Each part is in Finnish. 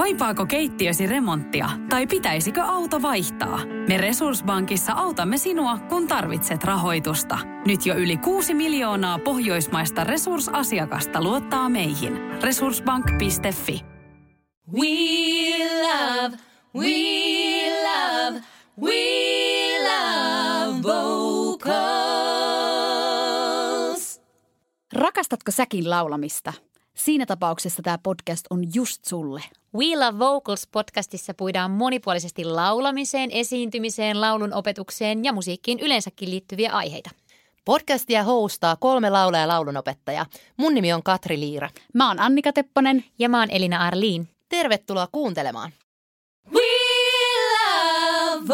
Kaipaako keittiösi remonttia tai pitäisikö auto vaihtaa? Me Resurssbankissa autamme sinua, kun tarvitset rahoitusta. Nyt jo yli 6 miljoonaa pohjoismaista resursasiakasta luottaa meihin. Resurssbank.fi. We love vocals. Rakastatko säkin laulamista? Siinä tapauksessa tämä podcast on just sulle. We Love Vocals-podcastissa puidaan monipuolisesti laulamiseen, esiintymiseen, laulun opetukseen ja musiikkiin yleensäkin liittyviä aiheita. Podcastia hostaa 3 laulaa ja laulunopettajaa. Mun nimi on Katri Liira. Mä oon Annika Tepponen. Ja mä oon Elina Arliin. Tervetuloa kuuntelemaan. We love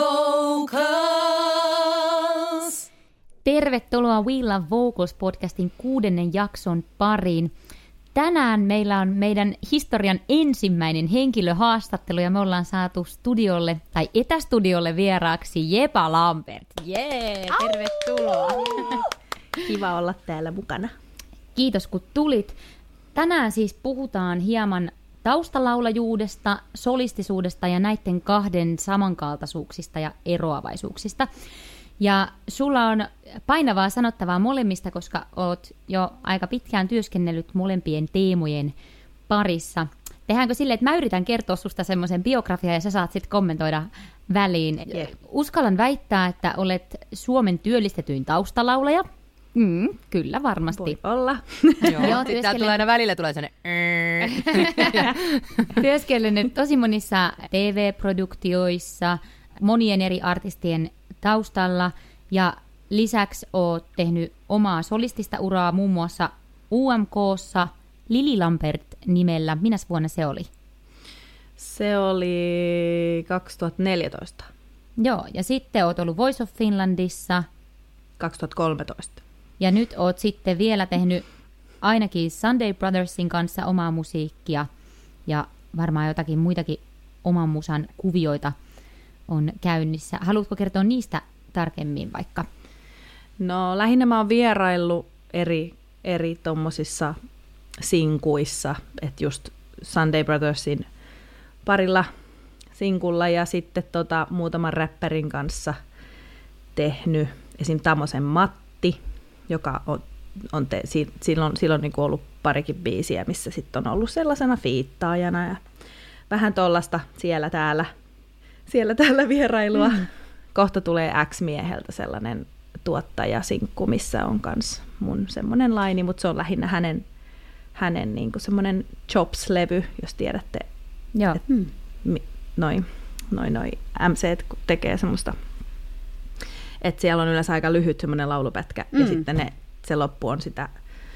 vocals. Tervetuloa We Love Vocals-podcastin 6. jakson pariin. Tänään meillä on meidän historian ensimmäinen henkilöhaastattelu ja me ollaan saatu studiolle tai etästudiolle vieraaksi Jepa Lambert. Jee, tervetuloa. Kiva olla täällä mukana. Kiitos kun tulit. Tänään siis puhutaan hieman taustalaulajuudesta, solistisuudesta ja näiden kahden samankaltaisuuksista ja eroavaisuuksista. Ja sulla on painavaa sanottavaa molemmista, koska oot jo aika pitkään työskennellyt molempien teemojen parissa. Tehdäänkö silleen, että mä yritän kertoa susta semmoisen biografian ja sä saat sitten kommentoida väliin. Yeah. Uskallan väittää, että olet Suomen työllistetyin taustalaulaja. Kyllä, varmasti. Voi olla. Joo, täällä tulee aina välillä sellainen Työskennellyt tosi monissa TV-produktioissa, monien eri artistien taustalla ja lisäksi olet tehnyt omaa solistista uraa muun muassa UMK:ssa Lili Lambert nimellä. Minäs vuonna se oli? Se oli 2014. Joo, ja sitten olet ollut Voice of Finlandissa. 2013. Ja nyt olet sitten vielä tehnyt ainakin Sunday Brothersin kanssa omaa musiikkia ja varmaan jotakin muitakin oman musan kuvioita on käynnissä. Haluatko kertoa niistä tarkemmin vaikka? No lähinnä mä oon vieraillut eri tommosissa sinkuissa, että just Sunday Brothersin parilla sinkulla ja sitten muutaman räppärin kanssa tehnyt esim. Tamosen Matti, joka on silloin niin kuin ollut parikin biisiä, missä sitten on ollut sellaisena fiittaajana ja vähän tollasta siellä täällä vierailua. Kohta tulee X-mieheltä sellainen tuottajasinkku, missä on kans mun semmoinen laini, mutta se on lähinnä hänen niinku semmoinen Chops-levy, jos tiedätte. Joo. Noi MC tekee semmoista, että siellä on yleensä aika lyhyt semmoinen laulupätkä ja sitten se loppu on sitä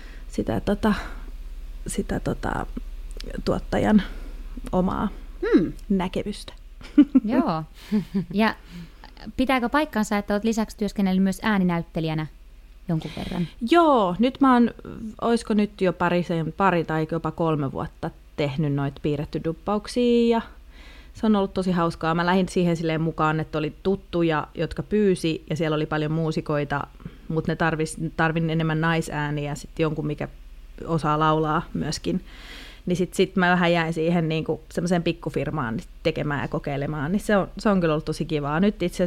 tuottajan omaa näkemystä. Joo. Ja pitääkö paikkansa, että olet lisäksi työskennellyt myös ääninäyttelijänä jonkun verran? Joo, nyt mä oon, oisko nyt jo pari tai jopa 3 vuotta tehnyt noita piirretty duppauksia ja se on ollut tosi hauskaa. Mä lähdin siihen silleen mukaan, että oli tuttuja, jotka pyysi ja siellä oli paljon muusikoita, mutta ne tarvin enemmän naisääniä ja sitten jonkun, mikä osaa laulaa myöskin. Niin sit mä vähän jäin siihen niinku semmoiseen pikkufirmaan tekemään ja kokeilemaan, niin se on kyllä ollut tosi kivaa. Nyt itse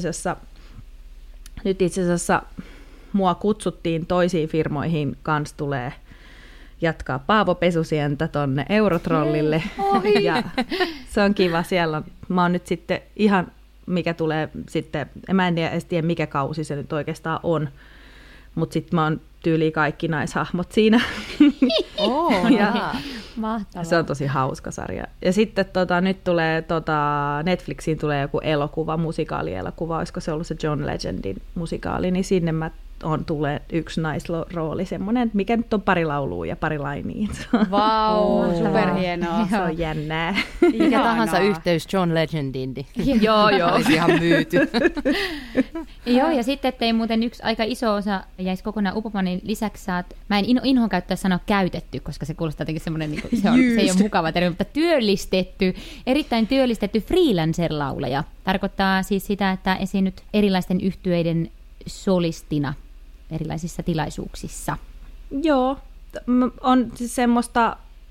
asiassa mua kutsuttiin toisiin firmoihin, kans tulee jatkaa Paavo Pesusientä tonne Eurotrollille. Ja se on kiva siellä. Mä oon nyt sitten ihan, mikä tulee sitten, mä en tiedä mikä kausi se nyt oikeastaan on, mutta sitten mä oon tyyliin kaikki naishahmot siinä. Mahtavaa. Se on tosi hauska sarja. Ja sitten nyt tulee Netflixiin tulee joku elokuva, musikaalielokuva, olisiko se ollut se John Legendin musikaali, niin sinne tulee yksi naisrooli, semmoinen, mikä nyt on pari laulua ja pari lainia. Vau, superhienoa. Se on jännää. Mikä tahansa yhteys John Legendiin, joo. olisi ihan myyty. Joo, ja sitten ettei muuten yksi aika iso osa jäisi kokonaan upomaan, niin lisäksi mä en inhon käyttää sanoa käytetty, koska se kuulostaa jotenkin semmoinen, niin se ei ole mukava termi, mutta erittäin työllistetty freelancer-laulaja. Tarkoittaa siis sitä, että esiinnyt erilaisten yhtyeiden solistina erilaisissa tilaisuuksissa. Joo, on siis semmoista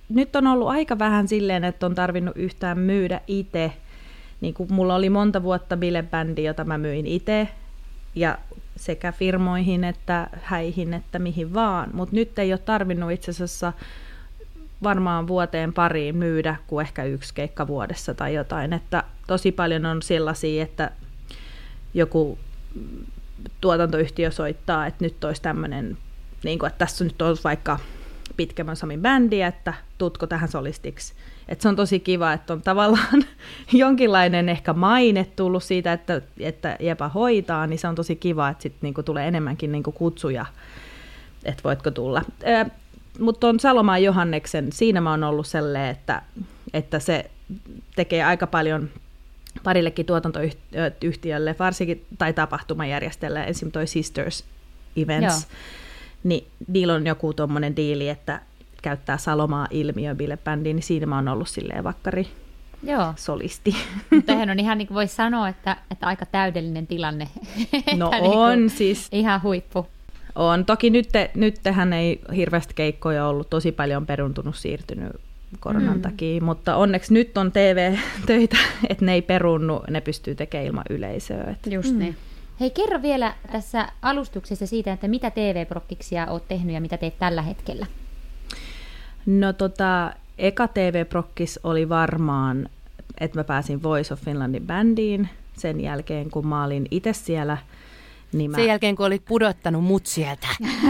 nyt on ollut aika vähän silleen, että on tarvinnut yhtään myydä itse. Niin kuin mulla oli monta vuotta bilebändi, jota mä myin itse, ja sekä firmoihin että häihin että mihin vaan. Mutta nyt ei ole tarvinnut itse asiassa varmaan vuoteen pariin myydä kuin ehkä 1 keikka vuodessa tai jotain. Että tosi paljon on sellaisia, että joku tuotantoyhtiö soittaa, että nyt olisi tämmöinen, niin kuin, että tässä nyt olisi vaikka Pitkämön Samin bändiä, että tuutko tähän solistiksi. Että se on tosi kiva, että on tavallaan jonkinlainen ehkä maine tullut siitä, että Jepa hoitaa, niin se on tosi kiva, että sitten niinku tulee enemmänkin niinku kutsuja, että voitko tulla. Mutta on Salomaan Johanneksen, siinä mä oon ollut selleen, että se tekee aika paljon parillekin tuotantoyhtiölle, varsinkin tai tapahtumajärjestäjälle, esimerkiksi toi Sisters Events, joo. Niin niillä on joku tommonen diili, että käyttää Salomaa ilmiöbilebändiin, niin siinä mä oon ollut silleen vakkari solisti. Tähän on ihan niin kuin voisi sanoa, että aika täydellinen tilanne. No on niin siis. Ihan huippu. On. Toki nythän ei hirveästi keikkoja ollut, tosi paljon peruntunut, siirtynyt koronan takia, mutta onneksi nyt on TV-töitä, että ne ei perunnu, ne pystyy tekemään ilman yleisöä. Just niin. Hei, kerro vielä tässä alustuksessa siitä, että mitä TV-prokkiksia olet tehnyt ja mitä teet tällä hetkellä? No eka TV-prokkis oli varmaan, että mä pääsin Voice of Finlandin bändiin sen jälkeen, kun mä olin itse siellä. Niin sen jälkeen, kun olit pudottanut mut sieltä.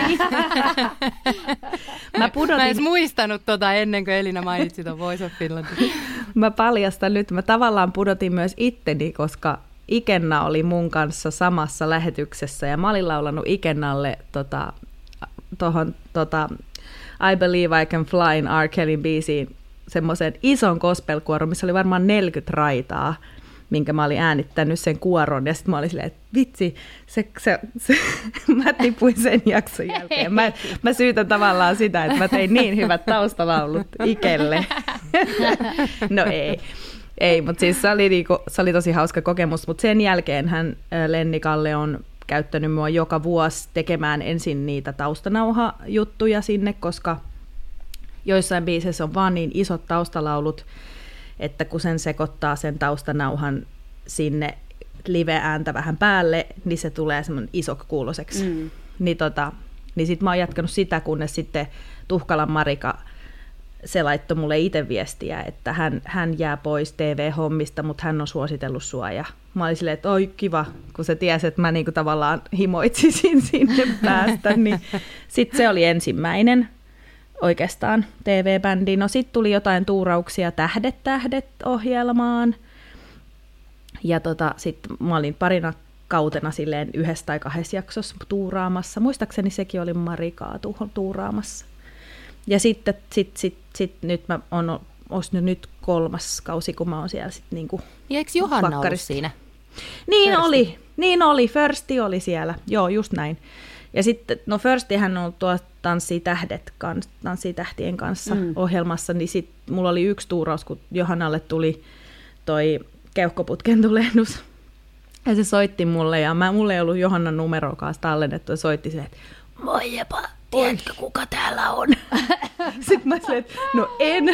Mä en muistanut ennen kuin Elina mainitsi ton Voice of Finlandin. Mä paljastan nyt, mä tavallaan pudotin myös itteni, koska Ikenna oli mun kanssa samassa lähetyksessä ja mä olin laulanut Ikennalle tohon I Believe I Can Fly R. Kellyn biisiin semmoisen ison gospel-kuoron, missä oli varmaan 40 raitaa, minkä mä olin äänittänyt sen kuoron, ja sitten mä olin silleen, että vitsi, mä tipuin sen jakson jälkeen. Mä syytän tavallaan sitä, että mä tein niin hyvät taustalaulut Ikelle. No ei, mutta siis se oli tosi hauska kokemus, mutta sen jälkeen Lenni Kalle on käyttänyt mua joka vuosi tekemään ensin niitä taustanauhajuttuja sinne, koska joissain biiseissä on vaan niin isot taustalaulut, että kun sen sekoittaa sen taustanauhan sinne live-ääntä vähän päälle, niin se tulee semmoinen isokuuloiseksi. Niin sit mä oon jatkanut sitä, kunnes sitten Tuhkalan Marika, se laittoi mulle itse viestiä, että hän jää pois TV-hommista, mutta hän on suositellut sua. Ja mä olin silleen, että oi kiva, kun se tiesi, että mä niinku tavallaan himoitsisin sinne päästä. Niin sitten se oli ensimmäinen oikeastaan TV-bändi. No sitten tuli jotain tuurauksia Tähdet-ohjelmaan. Ja sitten mä olin parina kautena silleen 1 tai 2 jaksossa tuuraamassa. Muistaakseni sekin oli Marikaa tuuraamassa. Ja sitten nyt mä oon nyt 3. kausi, kun mä oon siellä sitten niinku eikö Johanna ollut siinä? Niin oli. Firsti oli siellä. Joo, just näin. Ja sitten, no Firstihän on tuo Tanssii tähtien kanssa ohjelmassa, niin sitten mulla oli 1 tuuraus, kun Johannalle tuli toi keuhkoputken tulehdus. Ja se soitti mulle, ja mulla ei ollut Johannan numeroa kanssa tallennettu, ja soitti se, että moi Jepa, tiedätkö kuka täällä on? Sitten mä sanoin, että no en.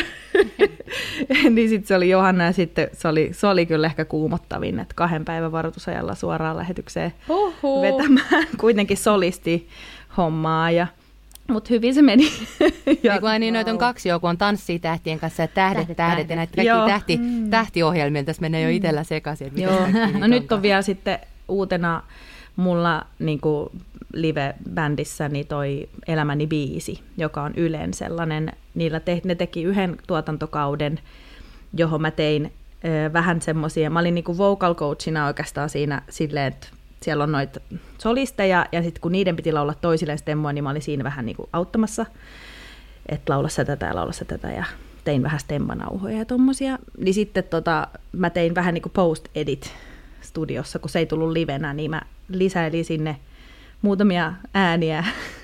Niin sitten se oli Johanna, ja sitten se oli kyllä ehkä kuumottavin, että 2 päivän varoitusajalla suoraan lähetykseen vetämään kuitenkin solisti hommaa. Mutta hyvin se meni. Niin noita on 2 kun on Tanssii tähtien kanssa ja Tähdet ja näitä kaikki tähtiohjelmia. Tässä menee jo itsellä sekaisin. No nyt on vielä sitten uutena mulla niinku live-bändissä toi Elämäni biisi, joka on Ylen sellainen. Ne teki 1 tuotantokauden, johon mä tein vähän semmoisia. Mä olin niinku vocal coachina oikeastaan siinä silleen, että siellä on noita solisteja, ja sitten kun niiden piti laulaa toisilleen stemmoa, niin mä olin siinä vähän niinku auttamassa, että laula sä tätä ja laula sä tätä, ja tein vähän stemmanauhoja ja tommosia. Niin sitten mä tein vähän niinku post-edit studiossa, kun se ei tullut livenä, niin mä lisäilin sinne muutamia ääniä,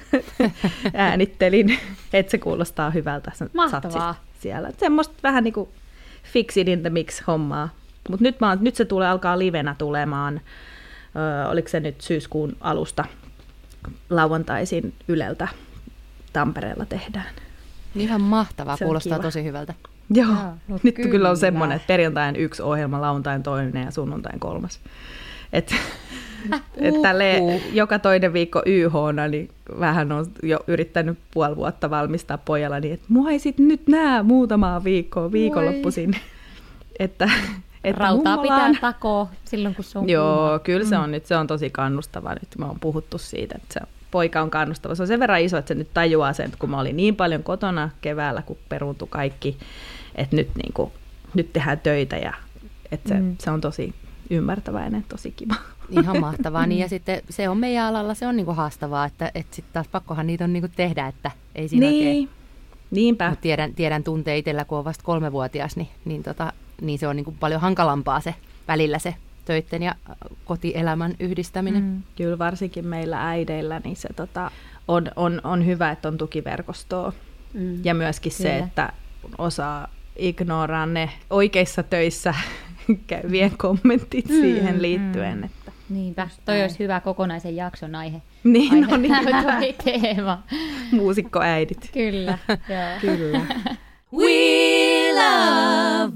äänittelin, että se kuulostaa hyvältä. Mahtavaa. Siellä. Semmoista vähän niinku fix it in the mix -hommaa. Mutta nyt se alkaa livenä tulemaan. Oliko se nyt syyskuun alusta lauantaisin Yleltä Tampereella tehdään. Ihan mahtavaa, Se on kuulostaa kiva. tosi hyvältä. Joo, no nyt kyllä. kyllä on semmoinen, että perjantain 1 ohjelma, lauantain 2 ja sunnuntain 3. Et tälleen joka toinen viikko YH:na, niin vähän on jo yrittänyt puoli vuotta valmistaa pojalla, niin että mua ei sit nyt näe muutamaa viikonloppuisin. Että Rautaa mummolaan. pitää takoa silloin, kun se on Joo, kuuma. kyllä se on nyt, se on tosi kannustava. Nyt me on puhuttu siitä, että se poika on kannustava. Se on sen verran iso, että se nyt tajuaa sen, että kun mä olin niin paljon kotona keväällä, kun peruuntui kaikki, että nyt tehdään töitä ja että se on tosi ymmärtäväinen, tosi kiva. Ihan mahtavaa. Niin, ja sitten se on meidän alalla, se on niinku haastavaa, että sitten taas pakkohan niitä on niinku tehdä, että ei siinä oikein. Niinpä. Mut tiedän tuntee itsellä, kun on vasta 3-vuotias, niin se on niinku paljon hankalampaa se välillä se töitten ja kotielämän yhdistäminen. Kyllä varsinkin meillä äideillä, niin se on hyvä, että on tukiverkostoa. Ja myöskin se, Kyllä. että osaa ignoraa ne oikeissa töissä käyvien kommentit siihen liittyen. Että. Niinpä, toi olisi hyvä kokonaisen jakson aihe. Niin, no niin. Toi teema. Muusikkoäidit. Kyllä, joo. Kyllä. We love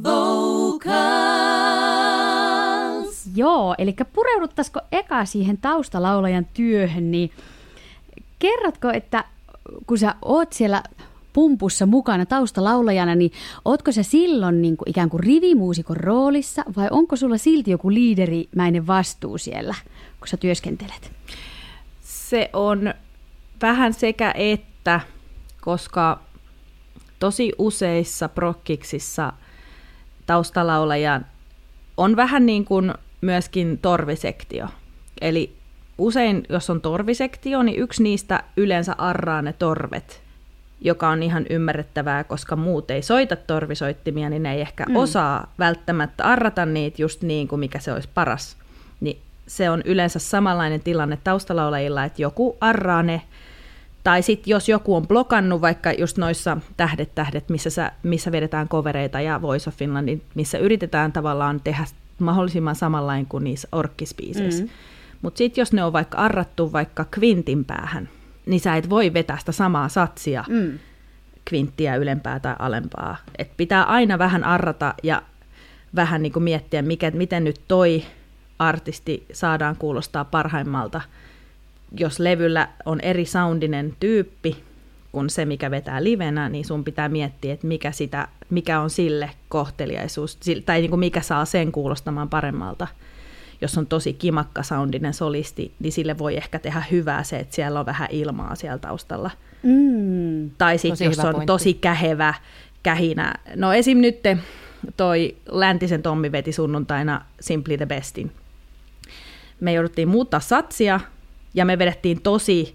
vocals. Joo, eli pureuduttaisiko eka siihen taustalaulajan työhön, niin kerrotko, että kun sä oot siellä pumpussa mukana taustalaulajana, niin ootko sä silloin niin kuin ikään kuin rivimuusikon roolissa vai onko sulla silti joku liiderimäinen vastuu siellä, kun sä työskentelet? Se on vähän sekä että, koska tosi useissa prokkiksissa taustalaulajan on vähän niin kuin myöskin torvisektio. Eli usein, jos on torvisektio, niin yksi niistä yleensä arraa ne torvet, joka on ihan ymmärrettävää, koska muut ei soita torvisoittimia, niin ne ei ehkä osaa välttämättä arrata niitä just niin kuin mikä se olisi paras. Niin se on yleensä samanlainen tilanne taustalaulajilla, että joku arraa ne, tai sitten jos joku on blokannut vaikka just noissa tähdet, missä vedetään covereita ja Voice of Finlandin, missä yritetään tavallaan tehdä mahdollisimman samanlainen kuin niissä orkkispiiseissä. Mutta sitten jos ne on vaikka arrattu vaikka kvintin päähän, niin sä et voi vetää sitä samaa satsia, kvinttiä ylempää tai alempaa. Et pitää aina vähän arrata ja vähän niin kuin miettiä, miten nyt toi artisti saadaan kuulostaa parhaimmalta. Jos levyllä on eri soundinen tyyppi kuin se, mikä vetää livenä, niin sun pitää miettiä, että mikä on sille kohteliaisuus, tai niin kuin mikä saa sen kuulostamaan paremmalta. Jos on tosi kimakka soundinen solisti, niin sille voi ehkä tehdä hyvää se, että siellä on vähän ilmaa siellä taustalla. Tai sitten jos on tosi kähevä, kähinä. No esim. Nyt toi Läntisen Tommi veti sunnuntaina Simply the Bestin. Me jouduttiin muuttaa satsia, ja me vedettiin tosi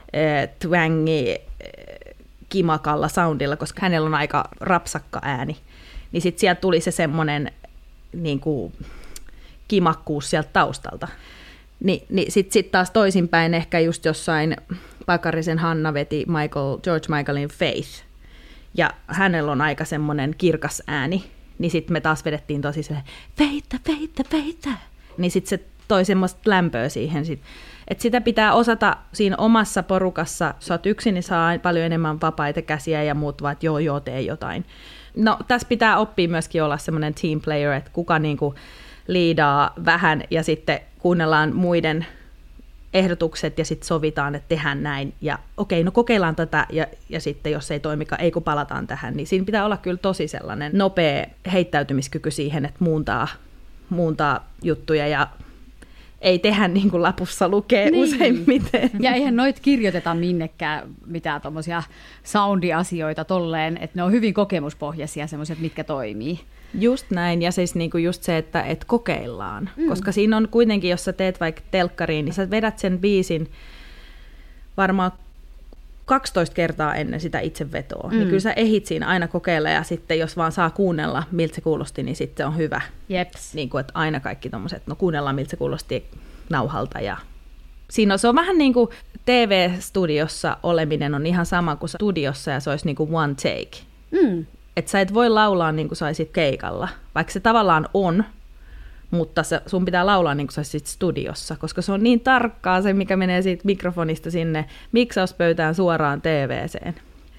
twangi kimakalla soundilla, koska hänellä on aika rapsakka ääni. Niin sitten sieltä tuli se semmoinen niinku kimakkuus sieltä taustalta. Niin sitten taas toisinpäin ehkä just jossain Pakarisen Hanna veti George Michaelin Faith, ja hänellä on aika semmoinen kirkas ääni, niin sitten me taas vedettiin tosi se feitä, niin sitten se toi semmoista lämpöä siihen. Että sitä pitää osata siinä omassa porukassa, sä oot yksin, niin saa paljon enemmän vapaita käsiä ja muut vaan, että joo, tee jotain. No tässä pitää oppia myöskin olla semmoinen team player, että kuka niinku liidaa vähän ja sitten kuunnellaan muiden ehdotukset ja sitten sovitaan, että tehdään näin. Ja okei, no kokeillaan tätä ja sitten jos ei toimikaan, ei kun palataan tähän. Niin siinä pitää olla kyllä tosi sellainen nopea heittäytymiskyky siihen, että muuntaa juttuja ja ei tehdä niin kuin lapussa lukee useimmiten. Ja eihän noit kirjoiteta minnekään mitään tommosia soundiasioita tolleen, että ne on hyvin kokemuspohjaisia semmoiset, mitkä toimii. Just näin, ja siis niinku just se, että kokeillaan. Koska siinä on kuitenkin, jos sä teet vaikka telkkariin, niin sä vedät sen biisin varmaan 12 kertaa ennen sitä itse vetoa. Niin kyllä sä ehdit siinä aina kokeilla, ja sitten jos vaan saa kuunnella, miltä se kuulosti, niin sitten on hyvä. Jeps. Niin kuin, että aina kaikki tommoset, no kuunnellaan, miltä se kuulosti nauhalta. Ja siinä se on vähän niin kuin TV-studiossa oleminen on ihan sama kuin studiossa, ja se olisi niin kuin one take. Että sä et voi laulaa niin kuin saisit keikalla, vaikka se tavallaan on, mutta sun pitää laulaa niin kuin saisit studiossa, koska se on niin tarkkaa se, mikä menee siitä mikrofonista sinne miksauspöytään suoraan TV:seen.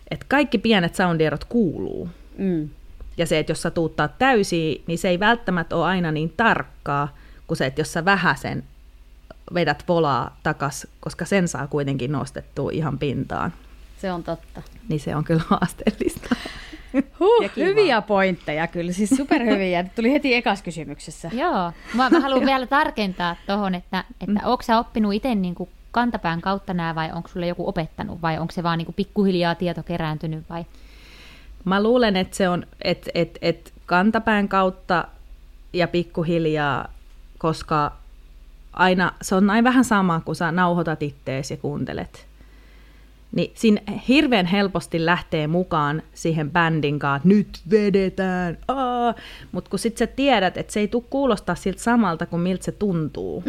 että kaikki pienet soundierot kuuluu. Ja se, että jos sä tuuttaat täysiä, niin se ei välttämättä ole aina niin tarkkaa kuin se, että jos sä vähäsen vedät volaa takas, koska sen saa kuitenkin nostettua ihan pintaan. Se on totta. Niin se on kyllä haasteellista. Hyviä pointteja kyllä, siis superhyviä. Tuli heti ekas kysymyksessä. Joo, mä haluan vielä tarkentaa tuohon, että onko sä oppinut itse niinku kantapään kautta nämä vai onko sulle joku opettanut vai onko se vaan niinku pikkuhiljaa tieto kerääntynyt vai? Mä luulen, että se on et kantapään kautta ja pikkuhiljaa, koska aina se on näin vähän sama, kun sä nauhoitat ittees ja kuuntelet. Niin siinä hirveän helposti lähtee mukaan siihen bändin kanssa, että nyt vedetään, mutta kun sit sä tiedät, että se ei tule kuulostaa siltä samalta kuin miltä se tuntuu.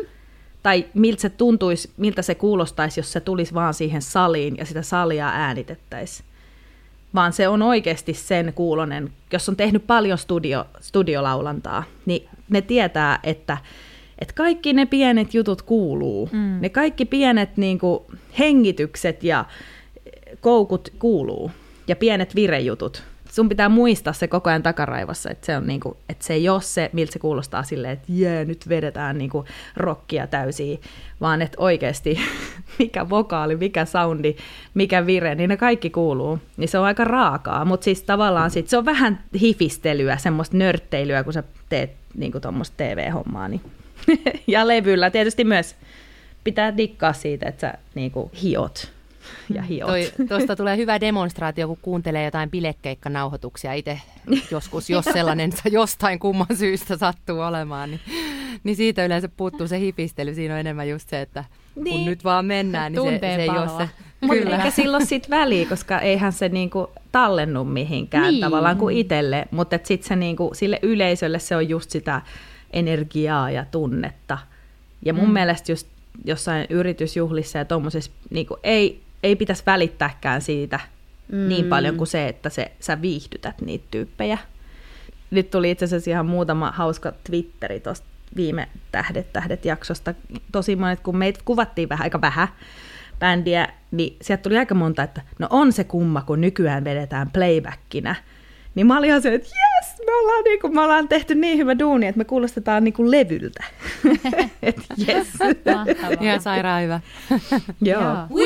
Tai miltä se tuntuisi, miltä se kuulostaisi, jos se tulisi vaan siihen saliin ja sitä salia äänitettäisiin. Vaan se on oikeasti sen kuulonen, jos on tehnyt paljon studiolaulantaa, niin ne tietää, että kaikki ne pienet jutut kuuluu. Ne kaikki pienet niin kuin, hengitykset ja koukut kuuluu. Ja pienet virejutut. Sun pitää muistaa se koko ajan takaraivossa, että se, on, niin kuin, että se ei ole se, miltä se kuulostaa silleen, että nyt vedetään niin kuin, rockia täysiä. Vaan että oikeasti mikä vokaali, mikä soundi, mikä vire, niin ne kaikki kuuluu. Niin se on aika raakaa, mutta siis tavallaan sit, se on vähän hifistelyä, semmoista nörtteilyä, kun sä teet niin kuin tuommoista TV-hommaa. Niin. Ja levyllä tietysti myös pitää dikkaa siitä, että sä niinku hiot ja hiot. Tuosta tulee hyvä demonstraatio, kun kuuntelee jotain bilekeikkanauhoituksia itse joskus, jos sellainen jostain kumman syystä sattuu olemaan, niin siitä yleensä puuttuu se hifistely. Siinä on enemmän just se, että kun nyt vaan mennään, niin se ei ole se. Mutta eikä silloin sit väliä, koska eihän se niinku tallennu mihinkään tavallaan kuin itselle, mutta sitten se niinku, sille yleisölle se on just sitä energiaa ja tunnetta. Ja mun mielestä just jossain yritysjuhlissa ja tommosessa niin ei pitäisi välittääkään siitä niin paljon kuin se, että sä viihdytät niitä tyyppejä. Nyt tuli itse asiassa ihan muutama hauska Twitteri tuosta viime Tähdet-jaksosta. Tosi monet, kun meitä kuvattiin aika vähän bändiä, niin sieltä tuli aika monta, että no on se kumma, kun nykyään vedetään playbackinä. Niin mä olin ihan se, että jes, me ollaan tehty niin hyvä duuni, että me kuulostetaan niin kuin levyltä. Että jes. Ihan sairaan hyvä. Joo.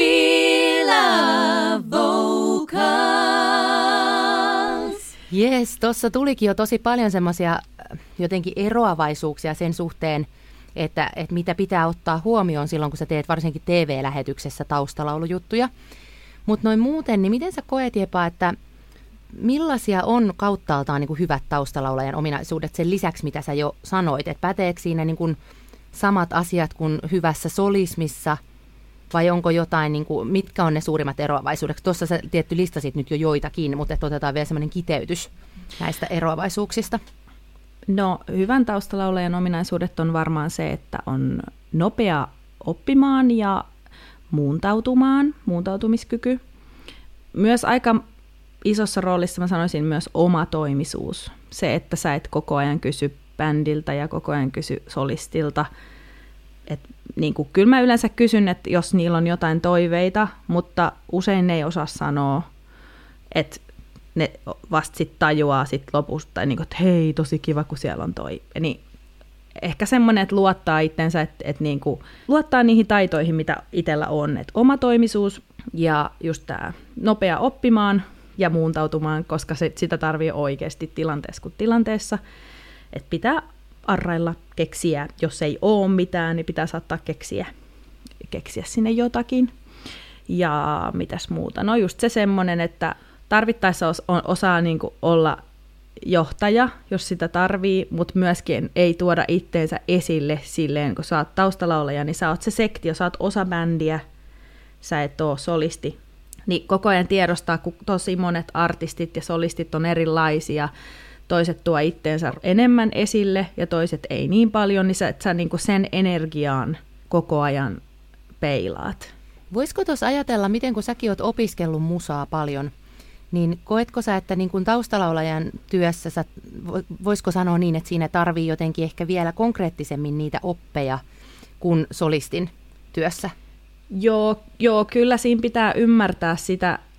We love vocals. Jes, tuossa tulikin jo tosi paljon semmoisia jotenkin eroavaisuuksia sen suhteen, että mitä pitää ottaa huomioon silloin, kun sä teet varsinkin TV-lähetyksessä taustalaulujuttuja. Mutta noin muuten, niin miten sä koet, Jepa, että millaisia on kauttaaltaan niin kuin hyvät taustalaulajan ominaisuudet sen lisäksi, mitä sä jo sanoit? Että päteekö siinä niin kuin samat asiat kuin hyvässä solismissa vai onko jotain, niin kuin, mitkä on ne suurimmat eroavaisuudet? Tuossa sä tietty listasit nyt jo joitakin, mutta otetaan vielä semmoinen kiteytys näistä eroavaisuuksista. No hyvän taustalaulajan ominaisuudet on varmaan se, että on nopea oppimaan ja muuntautumiskyky. Myös aika isossa roolissa mä sanoisin myös omatoimisuus. Se, että sä et koko ajan kysy bändiltä ja koko ajan kysy solistilta. Niin kyllä mä yleensä kysyn, että jos niillä on jotain toiveita, mutta usein ne ei osaa sanoa, että ne vasta sitten tajuaa sit lopusta, tai niin kuin, että hei, tosi kiva, kun siellä on toi. Niin ehkä semmoinen, että luottaa itsensä, että niin kuin, luottaa niihin taitoihin, mitä itsellä on. Että omatoimisuus ja just tämä nopea oppimaan ja muuntautumaan, koska sitä tarvii oikeasti tilanteessa kuin tilanteessa. Että pitää arrailla, keksiä. Jos ei ole mitään, niin pitää saattaa keksiä sinne jotakin. Ja mitäs muuta? No just se semmoinen, että tarvittaessa osaa niin kuin olla johtaja, jos sitä tarvii, mutta myöskin ei tuoda itteensä esille silleen, kun sä oot taustalaulaja, niin sä oot se sektio, sä oot osa bändiä, sä et oo solisti. Niin koko ajan tiedostaa, kun tosi monet artistit ja solistit on erilaisia, toiset tuo itteensä enemmän esille ja toiset ei niin paljon, niin sä niin kuin sen energiaan koko ajan peilaat. Voisiko tuossa ajatella, miten kun säkin oot opiskellut musaa paljon, niin koetko sä, että niin kun taustalaulajan työssä, voisiko sanoa niin, että siinä tarvii jotenkin ehkä vielä konkreettisemmin niitä oppeja kuin solistin työssä? Joo, kyllä siinä pitää ymmärtää sitä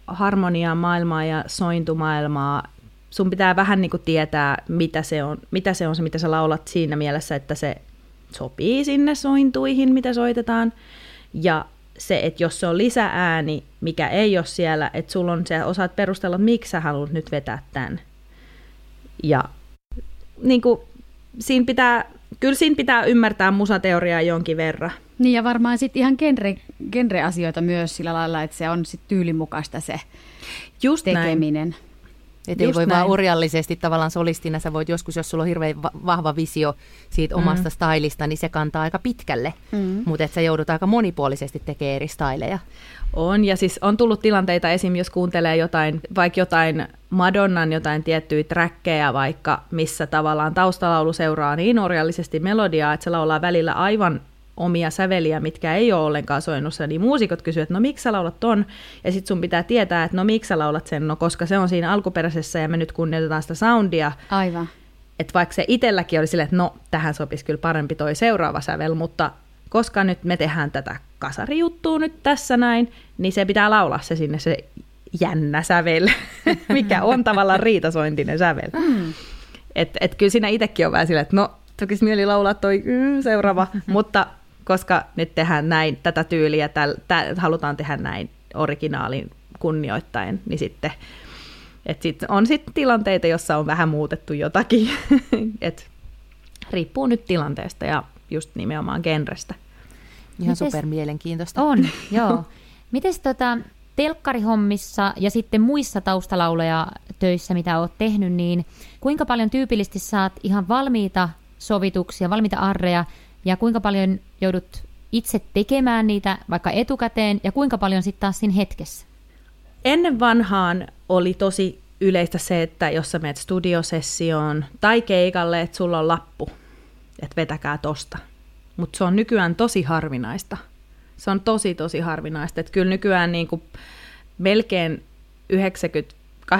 harmoniamaailmaa ja sointumaailmaa. Sun pitää vähän niin kuin tietää, mitä se on, mitä sä laulat siinä mielessä, että se sopii sinne sointuihin, mitä soitetaan. Ja se, että jos se on lisääni, mikä ei ole siellä, että sulla on, sä osaat perustella, että miksi sä haluat nyt vetää tämän. Ja niin kuin, siinä pitää ymmärtää musateoriaa jonkin verran. Niin ja varmaan sitten ihan genre-asioita myös sillä lailla, että se on sitten tyylin se just tekeminen. Näin. Että ei voi vaan urjallisesti tavallaan solistina, sä voit joskus, jos sulla on hirveän vahva visio siitä omasta stylista, niin se kantaa aika pitkälle, mutta että sä joudut aika monipuolisesti tekemään eri styleja. On, ja siis on tullut tilanteita esim. Jos kuuntelee vaikka jotain Madonnan jotain tiettyjä trackkejä vaikka, missä tavallaan taustalaulu seuraa niin orjallisesti melodiaa, että se laulaa välillä aivan omia säveliä, mitkä ei ole ollenkaan soinnussa, niin muusikot kysyvät, että no miksi sä laulat ton? Ja sit sun pitää tietää, että no miksi sä laulat sen, no koska se on siinä alkuperäisessä ja me nyt kunnioitetaan sitä soundia. Aivan. Että vaikka se itselläkin oli silleen, että no tähän sopisi kyllä parempi toi seuraava sävel, mutta koska nyt me tehdään tätä kasarijuttua nyt tässä näin, niin se pitää laulaa se sinne se jännä sävel, mikä on tavallaan riitasointinen sävel. Et kyllä siinä itsekin on vähän silleen, että no tokis mieli laulaa toi seuraava, mutta koska nyt tehdään näin tätä tyyliä, halutaan tehdä näin originaalin kunnioittaen, niin sitten on sitten tilanteita, jossa on vähän muutettu jotakin. Et riippuu nyt tilanteesta ja just nimenomaan genrestä. Ihan super mielenkiintoista. On, joo. Mites telkkarihommissa ja sitten muissa taustalauleja-töissä, mitä olet tehnyt, niin kuinka paljon tyypillisesti saat ihan valmiita sovituksia, valmiita arreja, ja kuinka paljon joudut itse tekemään niitä vaikka etukäteen, ja kuinka paljon sitten taas siinä hetkessä? Ennen vanhaan oli tosi yleistä se, että jos sä menet studiosessioon tai keikalle, että sulla on lappu, että vetäkää tosta. Mutta se on nykyään tosi harvinaista. Se on tosi harvinaista. Että kyllä nykyään niin kuin melkein 98%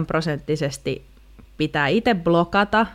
pitää itse blokata.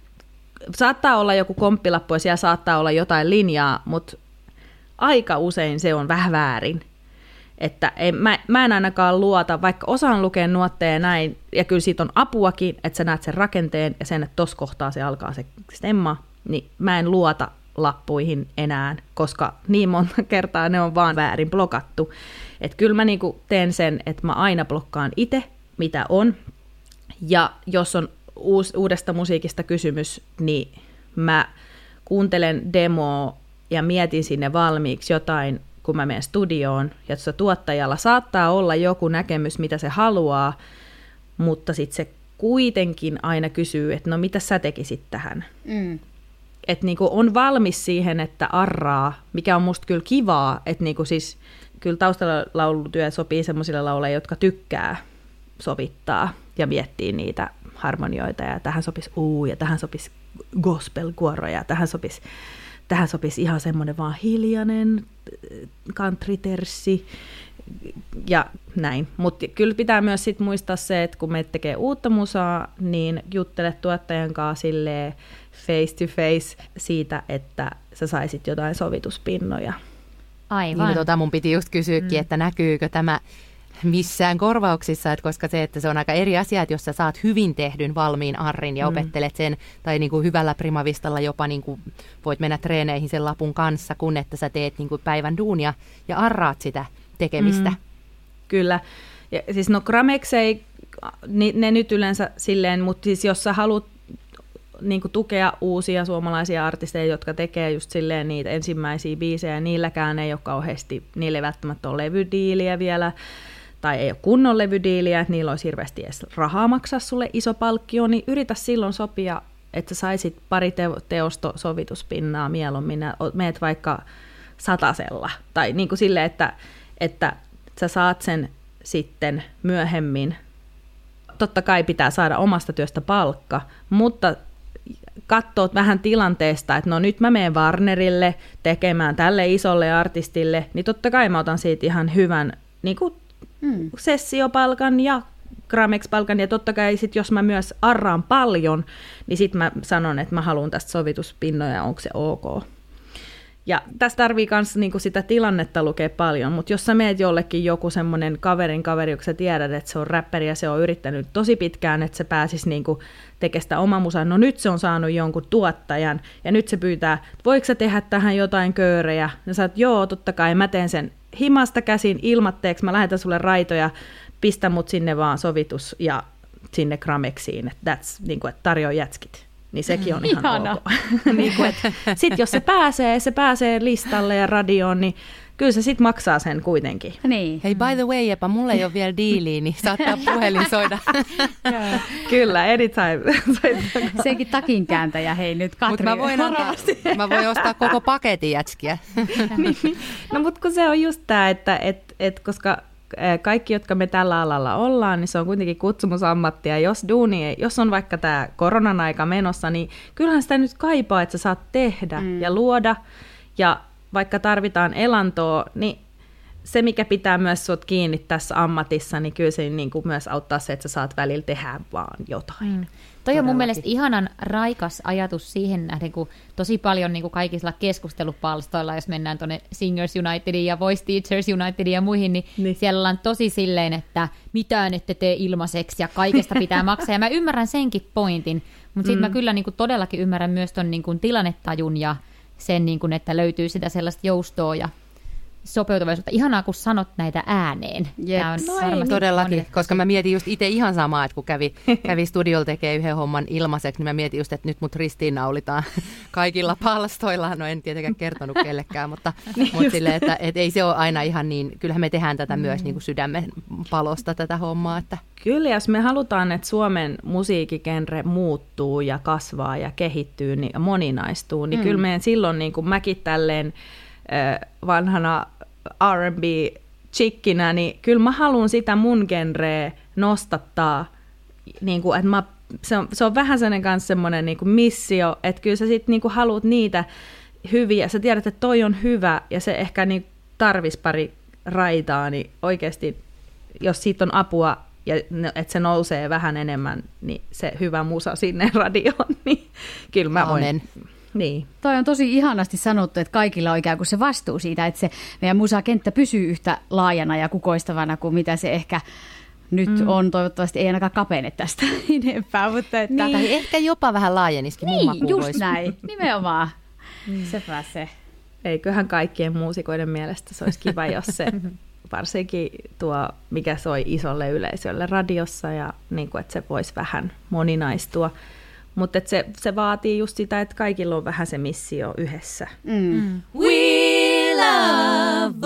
Saattaa olla joku komppilappu ja siellä saattaa olla jotain linjaa, mutta aika usein se on vähän väärin. Että mä en ainakaan luota, vaikka osaan lukea nuotteja näin, ja kyllä siitä on apuakin, että sä näet sen rakenteen ja sen, että tossa kohtaa se alkaa se stemma, niin mä en luota lappuihin enää, koska niin monta kertaa ne on vaan väärin blokattu. Että kyllä mä niinku teen sen, että mä aina blokkaan itse, mitä on, ja jos on uudesta musiikista kysymys, niin mä kuuntelen demoa ja mietin sinne valmiiksi jotain, kun mä menen studioon, ja tuossa tuottajalla saattaa olla joku näkemys, mitä se haluaa, mutta sitten se kuitenkin aina kysyy, että no mitä sä tekisit tähän? Että niinku on valmis siihen, että arraa, mikä on musta kyllä kivaa, että niinku siis kyllä taustalaulutyö sopii semmoisille laulajille, jotka tykkää sovittaa ja miettii niitä harmonioita, ja tähän sopisi ja tähän sopisi gospel-kuoro, ja tähän sopisi ihan semmoinen vaan hiljainen country-terssi ja näin. Mutta kyllä pitää myös sit muistaa se, että kun me tekee uutta musaa, niin juttele tuottajan kanssa silleen face to face siitä, että sä saisit jotain sovituspinnoja. Aivan. Niin, mun piti just kysyäkin, että näkyykö tämä missään korvauksissa, että koska se on aika eri asia, että jos sä saat hyvin tehdyn valmiin arrin ja opettelet sen, tai niin kuin hyvällä primavistalla jopa niin kuin voit mennä treeneihin sen lapun kanssa, kun että sä teet niin kuin päivän duunia ja arraat sitä tekemistä. Kyllä. Ja siis no Gramex ei, ne nyt yleensä silleen, mutta siis jos sä haluat niin kuin tukea uusia suomalaisia artisteja, jotka tekee just silleen niitä ensimmäisiä biisejä, niilläkään ei ole kauheasti, niillä ei välttämättä ole levydiiliä vielä, tai ei ole kunnon levydiiliä, että niillä olisi hirveästi edes rahaa maksaa sulle iso palkkio, niin yritä silloin sopia, että sä saisit pari sovituspinnaa mieluummin, meet vaikka 100, tai niin kuin silleen, että sä saat sen sitten myöhemmin. Totta kai pitää saada omasta työstä palkka, mutta katsoo vähän tilanteesta, että no nyt mä menen Warnerille tekemään tälle isolle artistille, niin totta kai mä otan siitä ihan hyvän niin kuin sessiopalkan ja Gramex-palkan, ja totta kai sit, jos mä myös arraan paljon, niin sit mä sanon, että mä haluan tästä sovituspinnoja, onko se ok. Ja tässä tarvii myös niinku sitä tilannetta lukea paljon, mutta jos sä meet jollekin joku semmoinen kaveri, joka sä tiedät, että se on räppäri ja se on yrittänyt tosi pitkään, että se pääsisi niinku tekemään sitä omaa musaa, no nyt se on saanut jonkun tuottajan ja nyt se pyytää, että voiko sä tehdä tähän jotain köörejä? Ja sä oot, joo, totta kai, mä teen sen himasta käsin ilmatteeksi, mä lähetän sulle raitoja, pistä mut sinne vaan sovitus ja sinne Gramexiin, että niinku, et tarjoa jätskit. Niin sekin on ihan ok. Niin kuin, sitten jos se pääsee listalle ja radioon, niin kyllä se sitten maksaa sen kuitenkin. Niin. Hei, by the way, Epa, mulla ei ole vielä diiliä, niin saattaa puhelin soida. Kyllä, anytime. Senkin takin kääntäjä, hei nyt Katri. Mutta mä voin ostaa koko paketin jätskiä. No mutta kun se on just tämä, että koska kaikki, jotka me tällä alalla ollaan, niin se on kuitenkin kutsumusammatti, ja jos on vaikka tämä koronan aika menossa, niin kyllähän sitä nyt kaipaa, että sä saat tehdä ja luoda, ja vaikka tarvitaan elantoa, niin se, mikä pitää myös sut kiinni tässä ammatissa, niin kyllä se niin kuin myös auttaa se, että sä saat välillä tehdä vaan jotain. Toi on mun mielestä ihanan raikas ajatus siihen nähden, kun tosi paljon niin kuin kaikilla keskustelupalstoilla, jos mennään tuonne Singers Unitediin ja Voice Teachers Unitediin ja muihin, niin siellä ollaan tosi silleen, että mitään ette tee ilmaiseksi ja kaikesta pitää maksaa. Ja mä ymmärrän senkin pointin, mutta sitten mä kyllä niin kuin todellakin ymmärrän myös ton niin kuin tilannetajun ja sen, niin kuin, että löytyy sitä sellaista joustoa ja sopeutuvaisuutta. Ihanaa, kun sanot näitä ääneen. Tämä on varmasti todellakin, koska mä mietin just itse ihan samaa, että kun kävi studiolla tekee yhden homman ilmaiseksi, niin mä mietin just, että nyt mut ristiinnaulitaan kaikilla palstoilla. No en tietenkään kertonut kellekään, mutta silleen, että ei se ole aina ihan niin, kyllähän me tehdään tätä myös niin kuin sydämen palosta tätä hommaa. Että. Kyllä, jos me halutaan, että Suomen musiikkigenre muuttuu ja kasvaa ja kehittyy ja moninaistuu, niin kyllä meidän silloin, niin kuin mäkin tälleen vanhana R&B-chickinä, niin kyllä mä haluan sitä mun genreä nostattaa, niin kuin, että se on vähän sellainen kanssa semmoinen niin kuin missio, että kyllä sä sitten niin kuin haluat niitä hyviä, sä tiedät, että toi on hyvä ja se ehkä niin tarvisi pari raitaa, niin oikeasti jos siitä on apua ja että se nousee vähän enemmän, niin se hyvä musa sinne radioon, niin kyllä mä voin. Niin. Toi on tosi ihanasti sanottu, että kaikilla on ikään kuin se vastuu siitä, että se meidän musakenttä pysyy yhtä laajana ja kukoistavana kuin mitä se ehkä nyt on. Toivottavasti ei ainakaan kapene tästä enempää. Mutta että. Niin. Tai ehkä jopa vähän laajenisikin. Niin, just näin. Nimenomaan. Sepä se. Eiköhän kaikkien muusikoiden mielestä se olisi kiva, jos se varsinkin tuo, mikä soi isolle yleisölle radiossa ja niin kuin, että se voisi vähän moninaistua. Mutta se vaatii just sitä, että kaikilla on vähän se missio yhdessä. We love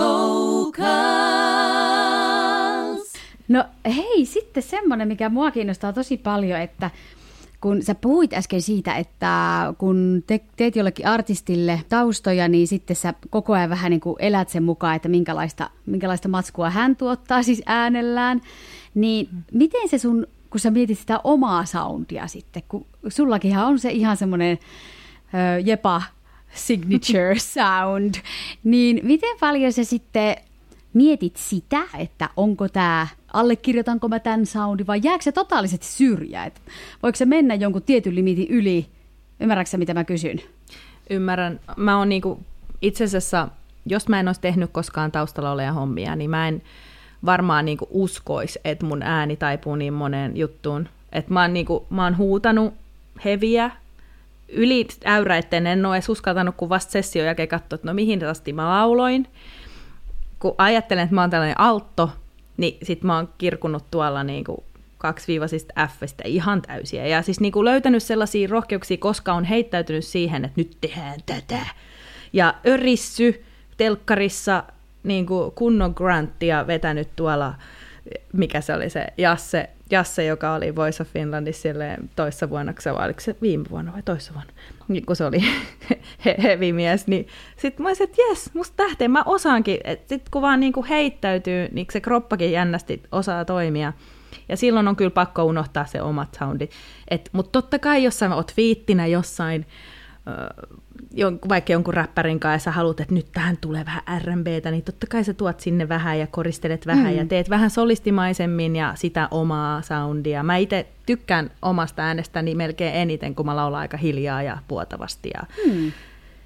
vocals. No hei, sitten semmoinen, mikä mua kiinnostaa tosi paljon, että kun sä puhuit äsken siitä, että kun teet jollekin artistille taustoja, niin sitten sä koko ajan vähän niin kuin elät sen mukaan, että minkälaista matskua hän tuottaa siis äänellään. Niin miten se sun, kun sä mietit sitä omaa soundia sitten, kun sullakinhan on se ihan semmoinen jepa signature sound, niin miten paljon sä sitten mietit sitä, että onko tämä, allekirjoitanko mä tämän soundin vai jääkö se totaalisesti syrjään? Et voiko se mennä jonkun tietyn limitin yli? Ymmärrätkö sä, mitä mä kysyn? Ymmärrän. Mä oon niinku, itse asiassa, jos mä en olisi tehnyt koskaan taustalla oleja hommia, niin mä en varmaan niinku uskoisi, että mun ääni taipuu niin moneen juttuun. Että mä oon huutanut heviä yli äyräitten, en ole edes uskaltanut, kun vasta session jälkeen katsoa, että no mihin asti mä lauloin. Kun ajattelen, että mä oon tällainen altto, niin sit mä oon kirkunut tuolla niinku 2-F:stä ihan täysiä. Ja siis niinku löytänyt sellaisia rohkeuksia, koska on heittäytynyt siihen, että nyt tehdään tätä. Ja örissy telkkarissa niinku kunnon granttia vetänyt tuolla, mikä se oli se Jasse, joka oli Voice of Finlandissa toissa vuonna, vai oliko se viime vuonna vai toissa vuonna, kun se oli heavy mies, niin sitten mä olisin, että jes, musta lähtee, mä osaankin, että sitten kun vaan niinku heittäytyy, niin se kroppakin jännästi osaa toimia, ja silloin on kyllä pakko unohtaa se omat soundit, mutta totta kai, jos sä oot fiittinä jossain, vaikka jonkun räppärin kanssa ja sä haluat, että nyt tähän tulee vähän R&Btä, niin totta kai sä tuot sinne vähän ja koristelet vähän ja teet vähän solistimaisemmin ja sitä omaa soundia. Mä itse tykkään omasta äänestäni melkein eniten, kun mä laulan aika hiljaa ja puotavasti.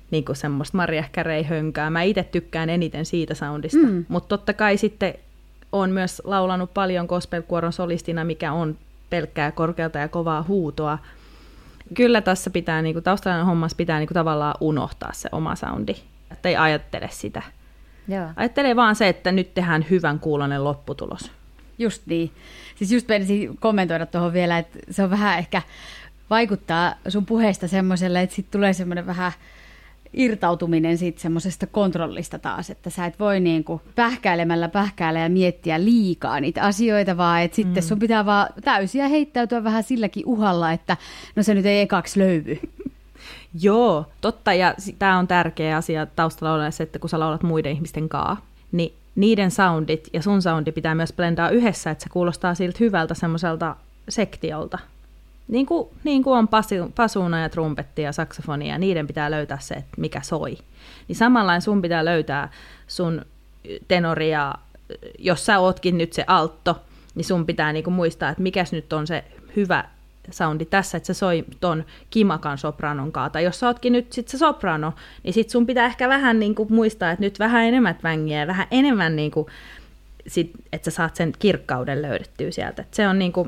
niin kuin semmoista Mariah Carey-hönkää. Mä itse tykkään eniten siitä soundista, mutta totta kai sitten on myös laulanut paljon gospelkuoron solistina, mikä on pelkkää korkealta ja kovaa huutoa. Kyllä tässä pitää, niin kuin taustalainen hommassa pitää niin kuin tavallaan unohtaa se oma soundi, että ei ajattele sitä. Joo. Ajattelee vaan se, että nyt tehdään hyvän kuulonen lopputulos. Just niin. Siis just menisin kommentoida tuohon vielä, että se on vähän ehkä vaikuttaa sun puheesta semmoiselle, että sitten tulee semmoinen vähän irtautuminen siitä semmoisesta kontrollista taas, että sä et voi niinku pähkäillä ja miettiä liikaa niitä asioita, vaan että sitten sun pitää vaan täysiä heittäytyä vähän silläkin uhalla, että no se nyt ei ekaksi löydy. Joo, totta, ja tämä on tärkeä asia taustalaulajassa, että kun sä laulat muiden ihmisten kanssa, niin niiden soundit ja sun soundi pitää myös blendaa yhdessä, että se kuulostaa siltä hyvältä semmoiselta sektiolta. Niin kuin on pasuuna ja trumpetti ja saksofoni, ja niiden pitää löytää se, että mikä soi. Niin samanlainen sun pitää löytää sun tenoria, jos sä ootkin nyt se altto, niin sun pitää niinku muistaa, että mikäs nyt on se hyvä soundi tässä, että se soi ton kimakan sopranon kanssa. Tai jos sä ootkin nyt sit se soprano, niin sit sun pitää ehkä vähän niinku muistaa, että nyt vähän enemmän vängiä ja vähän enemmän, niinku että sä saat sen kirkkauden löydettyä sieltä. Et se on niinku,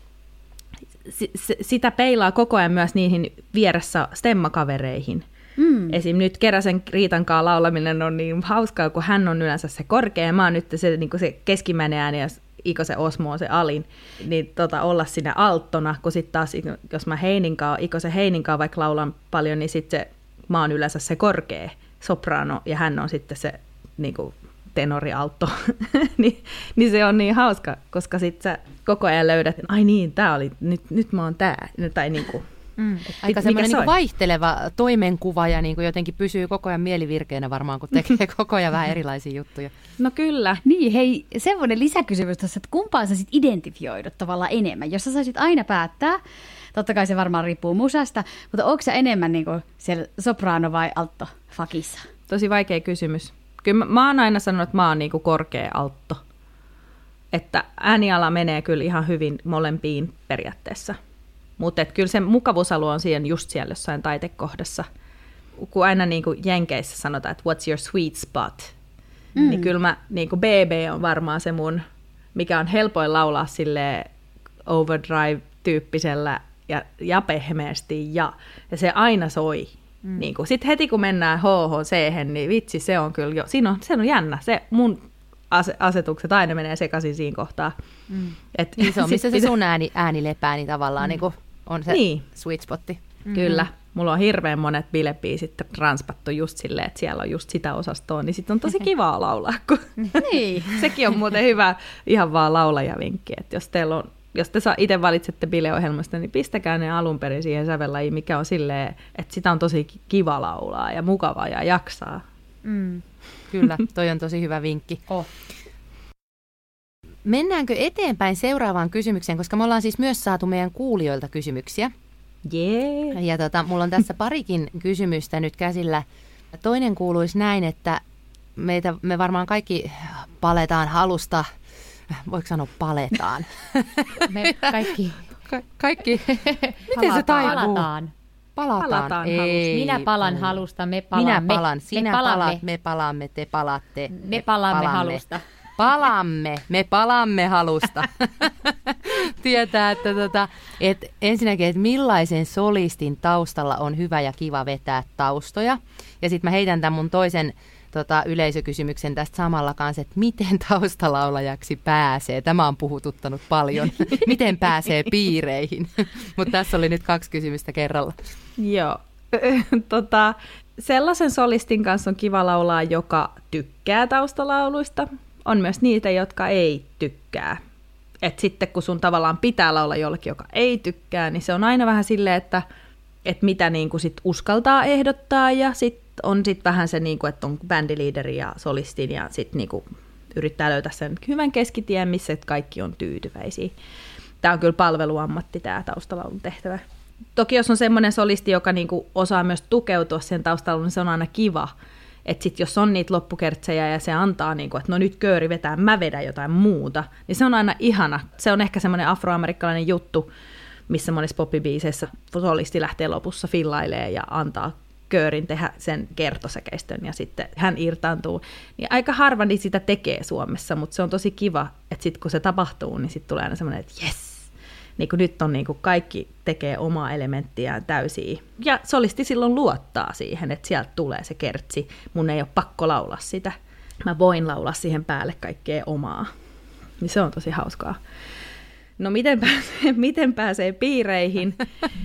sitä peilaa koko ajan myös niihin vieressä stemmakavereihin. Esim. Nyt Keräsen Riitan kanssa laulaminen on niin hauskaa, kun hän on yleensä se korkea, mä oon nyt se, niin se keskimmäinen ääni ja Iko se Osmo on se alin, niin olla siinä alttona, kun sitten taas, jos mä Ikosen Heininkaan vaikka laulan paljon, niin sitten mä oon yleensä se korkea soprano ja hän on sitten se niin kuin tenorialtto, niin se on niin hauska, koska sitten sä koko ajan löydät, ai niin, tää oli, nyt mä oon tää, tai niinku. Aika semmoinen niin vaihteleva toimenkuva ja niin kuin jotenkin pysyy koko ajan mielivirkeänä varmaan, kun tekee koko ajan vähän erilaisia juttuja. No kyllä. Niin, hei, semmoinen lisäkysymys tuossa, että kumpaan sä sit identifioidut tavallaan enemmän, jos sä saisit aina päättää, totta kai se varmaan riippuu musasta, mutta onko sä enemmän niin kuin siellä soprano vai altto fakissa? Tosi vaikea kysymys. Kyllä mä oon aina sanonut, että mä oon niin kuin korkea altto. Että ääniala menee kyllä ihan hyvin molempiin periaatteessa. Mutta kyllä se mukavuusalue on just siellä jossain taitekohdassa. Kun aina niin kuin Jenkeissä sanotaan, että what's your sweet spot, niin kyllä mä, niin kuin BB on varmaan se mun, mikä on helpoin laulaa silleen overdrive-tyyppisellä ja pehmeästi, ja se aina soi. Niin sitten heti kun mennään HHC, niin vitsi, se on kyllä jo, se on jännä, se mun asetukset aina menee sekaisin siinä kohtaa. Niin se on, missä se sun ääni lepää, niin tavallaan niin on se sweet spotti. Kyllä. Mulla on hirveän monet bilebiisit transpattu just silleen, että siellä on just sitä osastoa, niin sitten on tosi kivaa laulaa. Niin. Sekin on muuten hyvä ihan vaan laulajavinkki, että jos te itse valitsette bileohjelmasta, niin pistäkää ne alun perin siihen sävellajiin, mikä on silleen, että sitä on tosi kiva laulaa ja mukavaa ja jaksaa. Kyllä, toi on tosi hyvä vinkki. Mennäänkö eteenpäin seuraavaan kysymykseen, koska me ollaan siis myös saatu meidän kuulijoilta kysymyksiä. Yeah. Ja mulla on tässä parikin kysymystä nyt käsillä. Toinen kuuluisi näin, että me varmaan kaikki paletaan halusta. Voiko sanoa paletaan? Me kaikki. Kaikki. Miten se taipuu? Palataan Ei, minä palan halusta, me palaamme. Minä palan, sinä palaat, me palaamme, te palaatte. Me palaamme halusta. Me palaamme halusta. Tietää, että ensinnäkin, että millaisen solistin taustalla on hyvä ja kiva vetää taustoja. Ja sitten mä heitän tämän mun toisen yleisökysymyksen tästä samalla kanssa, että miten taustalaulajaksi pääsee. Tämä on puhututtanut paljon. Miten pääsee piireihin? Mutta tässä oli nyt 2 kysymystä kerralla. Joo. Sellaisen solistin kanssa on kiva laulaa, joka tykkää taustalauluista. On myös niitä, jotka ei tykkää. Et sitten kun sun tavallaan pitää laulaa jollekin, joka ei tykkää, niin se on aina vähän silleen, että mitä niinku sit uskaltaa ehdottaa, ja sitten on sit vähän se, niinku, että on bändiliideri ja solistin, ja sitten niinku yrittää löytää sen hyvän keskitien, missä kaikki on tyytyväisiä. Tämä on kyllä palveluammatti, tämä taustalaulun tehtävä. Toki jos on semmoinen solisti, joka niinku osaa myös tukeutua sen taustalaulun, niin se on aina kiva. Että sitten jos on niitä loppukertsejä ja se antaa, niinku, että no nyt kööri vetää, mä vedän jotain muuta, niin se on aina ihana. Se on ehkä semmoinen afroamerikkalainen juttu, missä monissa poppibiiseissä solisti lähtee lopussa fillailemaan ja antaa köörin tehdä sen kertosäkeistön ja sitten hän irtaantuu. Niin aika harva niin sitä tekee Suomessa, mutta se on tosi kiva, että sitten kun se tapahtuu, niin sitten tulee aina semmoinen, että jes! Niin kuin nyt on niin kuin kaikki tekee omaa elementtiään täysiä. Ja solisti silloin luottaa siihen, että sieltä tulee se kertsi. Mun ei ole pakko laulaa sitä. Mä voin laulaa siihen päälle kaikkea omaa. Niin se on tosi hauskaa. No miten pääsee piireihin?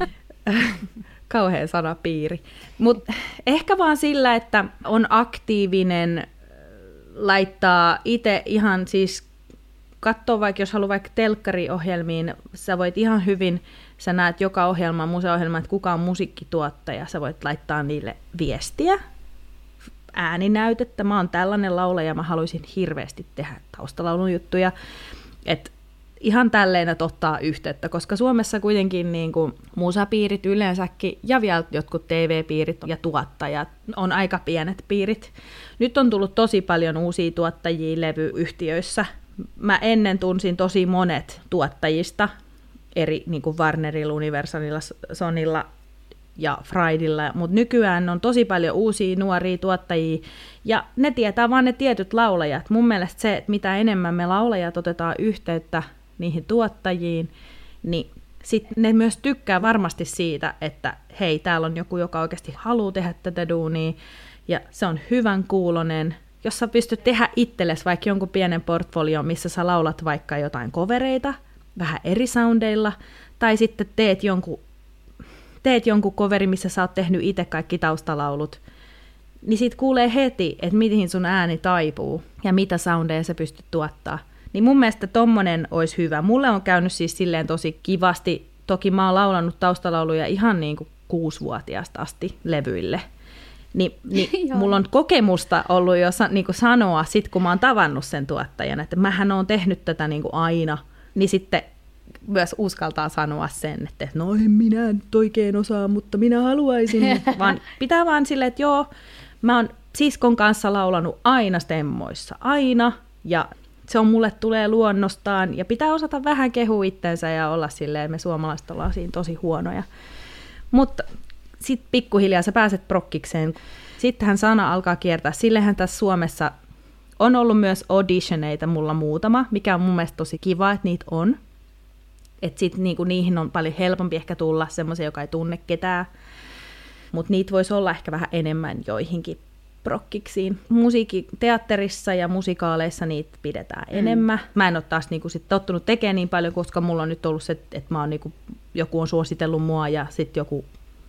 Kauhea sana piiri. Mutta ehkä vaan sillä, että on aktiivinen, laittaa itse ihan siis, katsoo vaikka, jos haluaa vaikka telkkariohjelmiin, sä voit ihan hyvin, sä näet joka ohjelma, museohjelma, että kuka on musiikkituottaja, sä voit laittaa niille viestiä, ääninäytettä, mä oon tällainen laulaja, mä haluaisin hirveästi tehdä taustalaulun juttuja, että ihan tälleen, että ottaa yhteyttä, koska Suomessa kuitenkin niin kuin musapiirit yleensäkin ja vielä jotkut TV-piirit ja tuottajat on aika pienet piirit. Nyt on tullut tosi paljon uusia tuottajia levyyhtiöissä. Mä ennen tunsin tosi monet tuottajista, eri niin kuin Warnerilla, Universalilla, Sonylla ja Friedilla, mutta nykyään on tosi paljon uusia nuoria tuottajia, ja ne tietää vaan ne tietyt laulajat. Mun mielestä se, että mitä enemmän me laulajat otetaan yhteyttä niihin tuottajiin, niin sitten ne myös tykkää varmasti siitä, että hei, täällä on joku, joka oikeasti haluaa tehdä tätä duunia, ja se on hyvän kuulonen. Jos sä pystyt tehdä itsellesi vaikka jonkun pienen portfolion, missä sä laulat vaikka jotain covereita, vähän eri soundeilla, tai sitten teet jonkun coverin, missä sä oot tehnyt itse kaikki taustalaulut, niin sit kuulee heti, että mihin sun ääni taipuu, ja mitä soundeja sä pystyt tuottaa. Niin mun mielestä tommonen olisi hyvä. Mulle on käynyt siis silleen tosi kivasti. Toki mä oon laulannut taustalauluja ihan niin kuin 6-vuotiaasta asti levyille. Niin mulla on kokemusta ollut jo niin kuin sanoa, sit kun mä oon tavannut sen tuottajan, että mähän oon tehnyt tätä niin kuin aina. Niin sitten myös uskaltaa sanoa sen, että no en minä nyt oikein osaa, mutta minä haluaisin. Vaan pitää vaan silleen, että joo, mä oon siskon kanssa laulanut aina stemmoissa, aina. Ja se on mulle tulee luonnostaan, ja pitää osata vähän kehua itsensä ja olla silleen, me suomalaiset ollaan siinä tosi huonoja. Mutta sitten pikkuhiljaa sä pääset prokkikseen. Sittenhän sana alkaa kiertää. Sillehän tässä Suomessa on ollut myös auditioneita mulla muutama, mikä on mun mielestä tosi kiva, että niitä on. Että sitten niinku, niihin on paljon helpompi ehkä tulla semmoisia, joka ei tunne ketään. Mutta niitä voisi olla ehkä vähän enemmän joihinkin prokkiksiin. Musiikkiteatterissa ja musikaaleissa niitä pidetään enemmän. Mä en ole taas niinku sit tottunut tekemään niin paljon, koska mulla on nyt ollut se, että mä oon niinku, joku on suositellut mua ja sitten joku,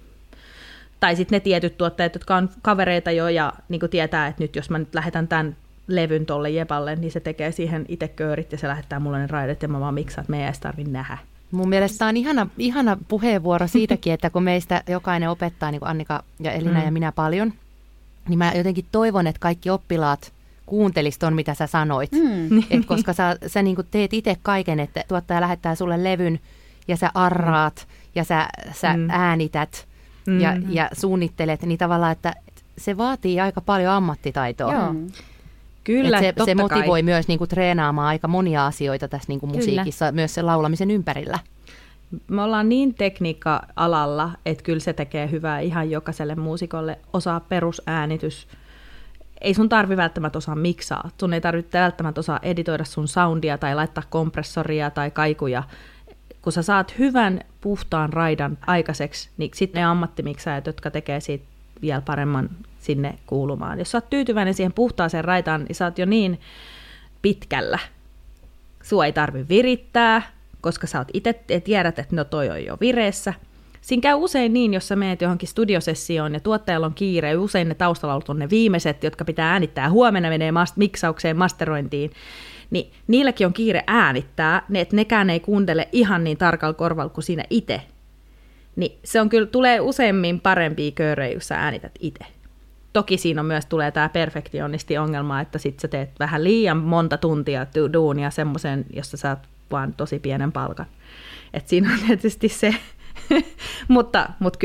tai sitten ne tietyt tuottajat, jotka on kavereita jo ja niinku tietää, että nyt jos mä nyt lähetän tämän levyn tolle Jepalle, niin se tekee siihen itse köörit ja se lähettää mulle ne raidet ja mä vaan miksaan, että me ei edes tarvitse nähdä. Mun mielestä on ihana puheenvuoro siitäkin, että kun meistä jokainen opettaa, niin kuin Annika ja Elina ja minä paljon, niin mä jotenkin toivon, että kaikki oppilaat kuuntelis ton, mitä sä sanoit. Et koska sä niin kuin teet itse kaiken, että tuottaja lähettää sulle levyn ja sä arraat ja sä äänität ja suunnittelet, niin tavallaan, että se vaatii aika paljon ammattitaitoa. Joo. Kyllä, se motivoi myös niin kuin treenaamaan aika monia asioita tässä niin kuin musiikissa, myös sen laulamisen ympärillä. Me ollaan niin tekniikka-alalla, että kyllä se tekee hyvää ihan jokaiselle muusikolle. Osaa perusäänitys. Ei sun tarvi välttämättä osaa miksaa. Sun ei tarvitse välttämättä osaa editoida sun soundia tai laittaa kompressoria tai kaikuja. Kun sä saat hyvän, puhtaan raidan aikaiseksi, niin sitten ne ammattimiksaajat, jotka tekee siitä vielä paremman sinne kuulumaan. Jos sä oot tyytyväinen siihen puhtaaseen raitaan, niin sä oot jo niin pitkällä. Sua ei tarvi virittää, koska sä oot itse tiedät, että no toi on jo vireessä. Siinä käy usein niin, jos sä menet johonkin studiosessioon ja tuottajalla on kiire, usein ne taustalaulut on ne viimeiset, jotka pitää äänittää, huomenna menee miksaukseen, masterointiin, niin niilläkin on kiire äänittää, että nekään ei kuuntele ihan niin tarkalla korvalla kuin siinä itse. Niin se on kyllä, tulee useimmin parempia köörejä, jos sä äänität itse. Toki siinä on myös tulee tämä perfektionisti-ongelma, että sit sä teet vähän liian monta tuntia duunia semmoisen, jossa saat vaan tosi pienen palkan. Et siinä on tietysti se, mutta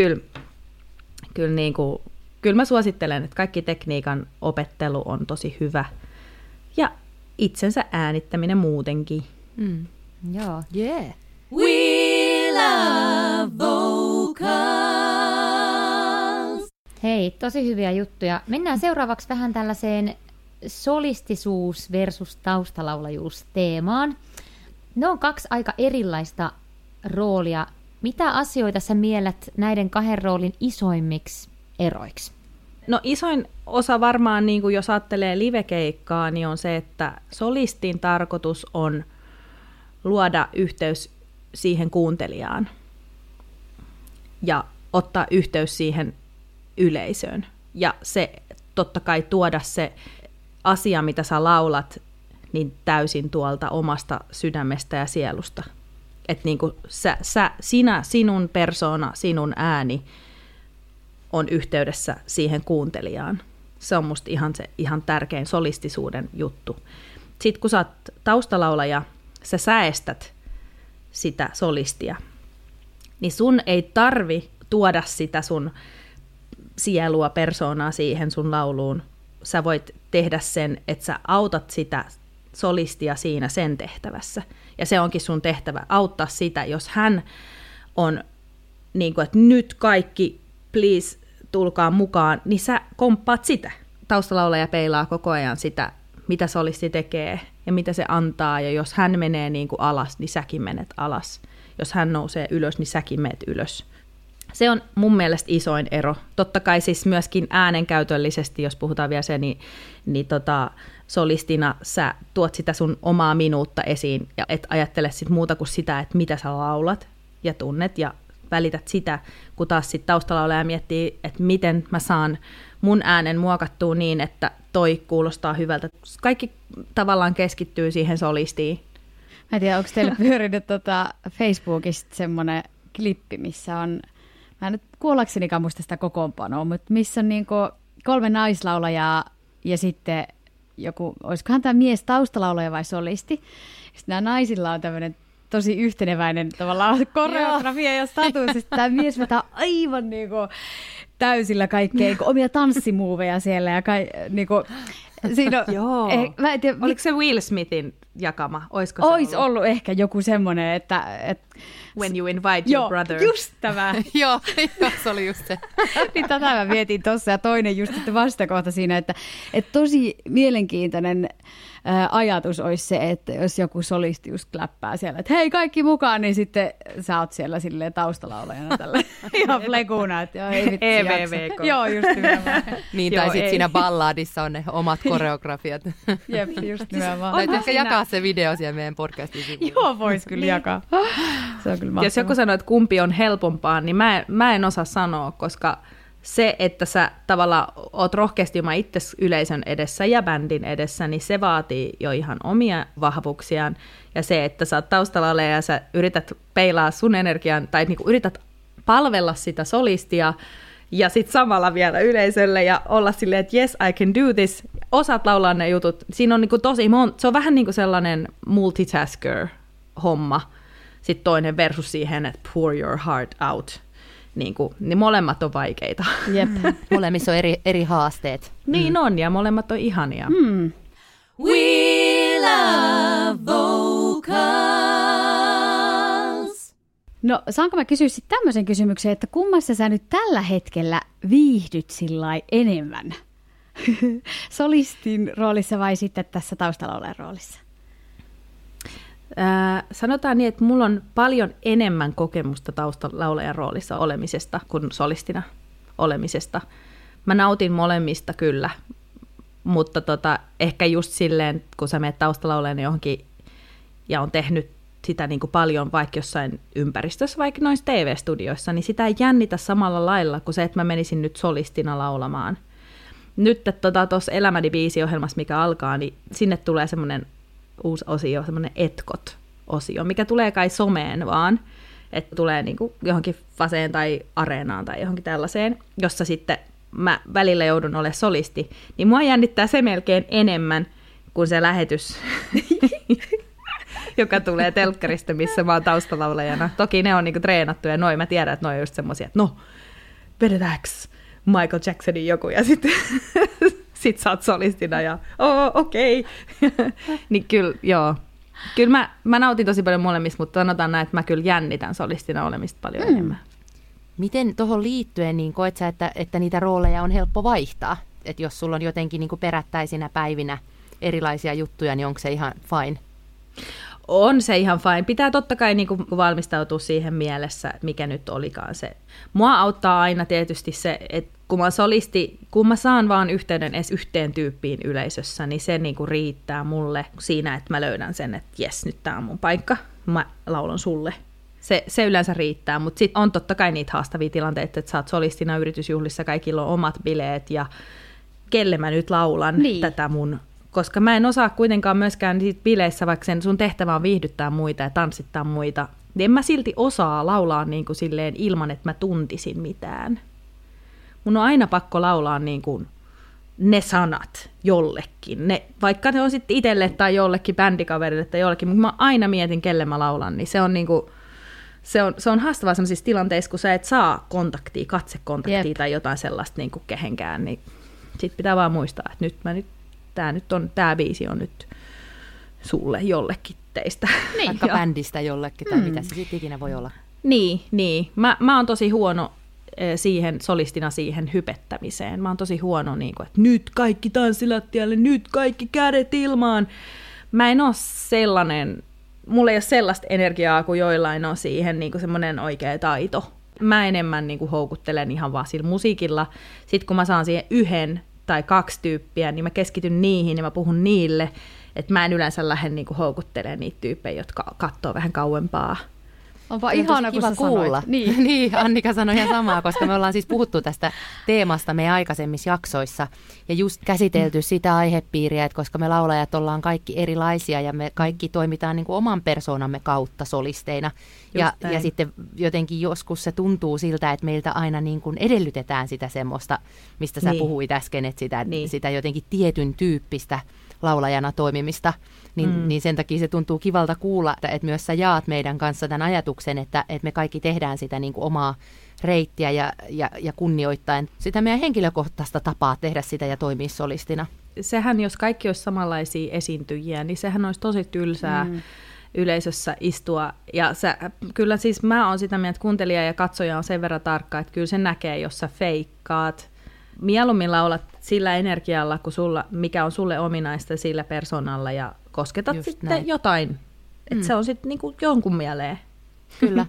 kyllä mä suosittelen, että kaikki tekniikan opettelu on tosi hyvä. Ja itsensä äänittäminen muutenkin. Joo. Yeah. We love vocals. Hei, tosi hyviä juttuja. Mennään seuraavaksi vähän tällaiseen solistisuus versus taustalaulajuus teemaan. Ne on 2 aika erilaista roolia. Mitä asioita sä miellät näiden 2 roolin isoimmiksi eroiksi? No isoin osa varmaan, niin kuin jos ajattelee livekeikkaa, niin on se, että solistin tarkoitus on luoda yhteys siihen kuuntelijaan ja ottaa yhteys siihen yleisöön. Ja se totta kai tuoda se asia, mitä sä laulat, niin täysin tuolta omasta sydämestä ja sielusta. Että niin kuin sinun persoona, sinun ääni on yhteydessä siihen kuuntelijaan. Se on musta ihan tärkein solistisuuden juttu. Sitten kun sä oot taustalaulaja, sä säestät sitä solistia, niin sun ei tarvi tuoda sitä sun sielua, persoonaa siihen sun lauluun. Sä voit tehdä sen, että sä autat sitä solistia siinä sen tehtävässä. Ja se onkin sun tehtävä, auttaa sitä, jos hän on niin kuin, että nyt kaikki, please, tulkaa mukaan, niin sä komppaat sitä. Taustalaulaja peilaa koko ajan sitä, mitä solisti tekee ja mitä se antaa. Ja jos hän menee niin kuin alas, niin säkin menet alas. Jos hän nousee ylös, niin säkin menet ylös. Se on mun mielestä isoin ero. Totta kai siis myöskin äänenkäytöllisesti, jos puhutaan vielä se, niin solistina sä tuot sitä sun omaa minuutta esiin ja et ajattele sit muuta kuin sitä, että mitä sä laulat ja tunnet ja välität sitä, kun taas sit taustalaulaja miettii, että miten mä saan mun äänen muokattua niin, että toi kuulostaa hyvältä. Kaikki tavallaan keskittyy siihen solistiin. Mä en tiedä, onko teille pyörinyt Facebookista semmoinen klippi, missä on, mä en nyt kuollaksenikaan muista sitä kokoonpanoa, mutta missä on niinku 3 naislaulajaa ja sitten joku, olisikohan tämä mies taustalaulaja vai solisti. Sitten nämä naisilla on tämmöinen tosi yhteneväinen tavallaan koreografia ja status. Sitten tämä mies vetää aivan niinku täysillä kaikkea omia tanssimuoveja siellä ja niinku, siinä on, joo. Mä en tiedä, oliko se Will Smithin jakama? Olisiko se Ois ollut ehkä joku semmoinen, että When you invite your brother. Just tämä. Joo, se oli just se. Niin tätä mä mietin tuossa ja toinen just sitten vastakohta siinä, että tosi mielenkiintoinen ajatus olisi se, että jos joku solisti just kläppää siellä, että hei kaikki mukaan, niin sitten sä oot siellä silleen taustalaulajana tällä ihan flekuna, että joo, ei vitsi EVVK. Joo, just nimenomaan. Niin, tai sitten siinä balladissa on ne omat koreografiat. Jep, just nimenomaan. Täytyy ehkä jakaa se video siellä meidän podcastin sivuilla. Joo, vois kyllä jakaa. Se on kyllä mahtavaa. Jos joku sanoo, että kumpi on helpompaa, niin mä en osaa sanoa, koska se, että sä tavallaan oot rohkeasti oma itse yleisön edessä ja bändin edessä, niin se vaatii jo ihan omia vahvuuksiaan. Ja se, että sä oot taustalla ja sä yrität peilaa sun energian, tai niinku yrität palvella sitä solistia, ja sitten samalla vielä yleisölle ja olla silleen, että yes, I can do this. Osaat laulaa ne jutut. Siinä on niinku tosi se on vähän niin kuin sellainen multitasker-homma. Sitten toinen versus siihen, että pour your heart out. Niin molemmat on vaikeita. Jep. Molemmissa on eri haasteet. Niin on, ja molemmat on ihania. We love vocals. No saanko mä kysyä sitten tämmöisen kysymyksen, että kummassa sä nyt tällä hetkellä viihdyt sillai enemmän? Solistin roolissa vai sitten tässä taustalaulajan roolissa? Sanotaan niin, että mulla on paljon enemmän kokemusta taustalaulajan roolissa olemisesta kuin solistina olemisesta. Mä nautin molemmista kyllä, mutta ehkä just silleen, kun sä menet taustalaulajan johonkin ja on tehnyt sitä niin kuin paljon vaikka jossain ympäristössä, vaikka noissa TV-studioissa, niin sitä ei jännitä samalla lailla kuin se, että mä menisin nyt solistina laulamaan. Nyt tuossa Elämäni biisiohjelmassa, mikä alkaa, niin sinne tulee semmoinen uusi osio, semmoinen etkot-osio, mikä tulee kai someen vaan, että tulee niin kuin johonkin faseen tai areenaan tai johonkin tällaiseen, jossa sitten mä välillä joudun olemaan solisti, niin mua jännittää se melkein enemmän kuin se lähetys, joka tulee telkkarista, missä mä oon taustalaulajana. Toki ne on niinku treenattu ja mä tiedän, että ne on just semmosia, että no, vedetääks Michael Jacksonin joku ja sitten sit sä oot solistina ja okei. Niin kyllä, joo. Kyllä mä nautin tosi paljon molemmista, mutta sanotaan näin, että mä kyllä jännitän solistina olemista paljon enemmän. Miten tuohon liittyen, niin koet sä, että niitä rooleja on helppo vaihtaa? Että jos sulla on jotenkin niin kuin perättäisinä päivinä erilaisia juttuja, niin onko se ihan fine? On se ihan fine. Pitää totta kai niin kuin valmistautua siihen mielessä, mikä nyt olikaan se. Mua auttaa aina tietysti se, että kun mä solisti, kun mä saan vaan yhteyden edes yhteen tyyppiin yleisössä, niin se niin kuin riittää mulle siinä, että mä löydän sen, että jes, nyt tää on mun paikka, mä laulan sulle. Se yleensä riittää, mutta sitten on totta kai niitä haastavia tilanteita, että sä oot solistina yritysjuhlissa, kaikilla on omat bileet ja kelle mä nyt laulan tätä mun. Koska mä en osaa kuitenkaan myöskään siitä bileissä, vaikka sen sun tehtävä on viihdyttää muita ja tanssittaa muita, niin en mä silti osaa laulaa niin kuin silleen ilman, että mä tuntisin mitään. Mun on aina pakko laulaa niin kuin ne sanat jollekin, vaikka ne on sitten itselle tai jollekin bändikaverille tai jollekin, mutta mä aina mietin, kelle mä laulan, niin se on niin kuin, se on haastavaa sellaisissa tilanteissa, kun sä et saa kontaktia, katsekontaktia tai jotain sellaista niin kuin kehenkään, niin sit pitää vaan muistaa, että tämä biisi on nyt sulle jollekin teistä. Niin, vaikka bändistä jollekin tai mitä se sitten ikinä voi olla. Niin. Mä oon tosi huono solistina siihen hypettämiseen. Mä oon tosi huono, niin kuin, että nyt kaikki tanssilattialle, nyt kaikki kädet ilmaan. Mä en oo sellainen, mulla ei ole sellaista energiaa kuin joillain on siihen niin kuin semmoinen oikea taito. Mä enemmän niin kuin houkuttelen ihan vaan sillä musiikilla. Sitten kun mä saan siihen 1 tai 2 tyyppiä, niin mä keskityn niihin ja mä puhun niille, että mä en yleensä lähde niin kuin houkuttelemaan niitä tyyppejä, jotka katsoo vähän kauempaa. On vaan ihana, kun sä kuulla. Niin, Annika sanoi ihan samaa, koska me ollaan siis puhuttu tästä teemasta meidän aikaisemmissa jaksoissa ja just käsitelty sitä aihepiiriä, että koska me laulajat ollaan kaikki erilaisia ja me kaikki toimitaan niin kuin oman persoonamme kautta solisteina. Ja sitten jotenkin joskus se tuntuu siltä, että meiltä aina niin kuin edellytetään sitä semmoista, mistä sä puhuit äsken, että sitä jotenkin tietyn tyyppistä laulajana toimimista, niin sen takia se tuntuu kivalta kuulla, että myös sä jaat meidän kanssa tämän ajatuksen, että me kaikki tehdään sitä niin kuin omaa reittiä ja kunnioittaen sitä meidän henkilökohtaista tapaa tehdä sitä ja toimia solistina. Sehän, jos kaikki olisi samanlaisia esiintyjiä, niin sehän olisi tosi tylsää yleisössä istua. Ja kyllä siis mä oon sitä mieltä, että kuuntelija ja katsoja on sen verran tarkka, että kyllä se näkee, jos sä feikkaat. Mieluummin laulat sillä energialla, mikä on sulle ominaista sillä persoonalla ja kosketat just sitten näin. Jotain. Että se on sitten niinku jonkun mieleen. Kyllä.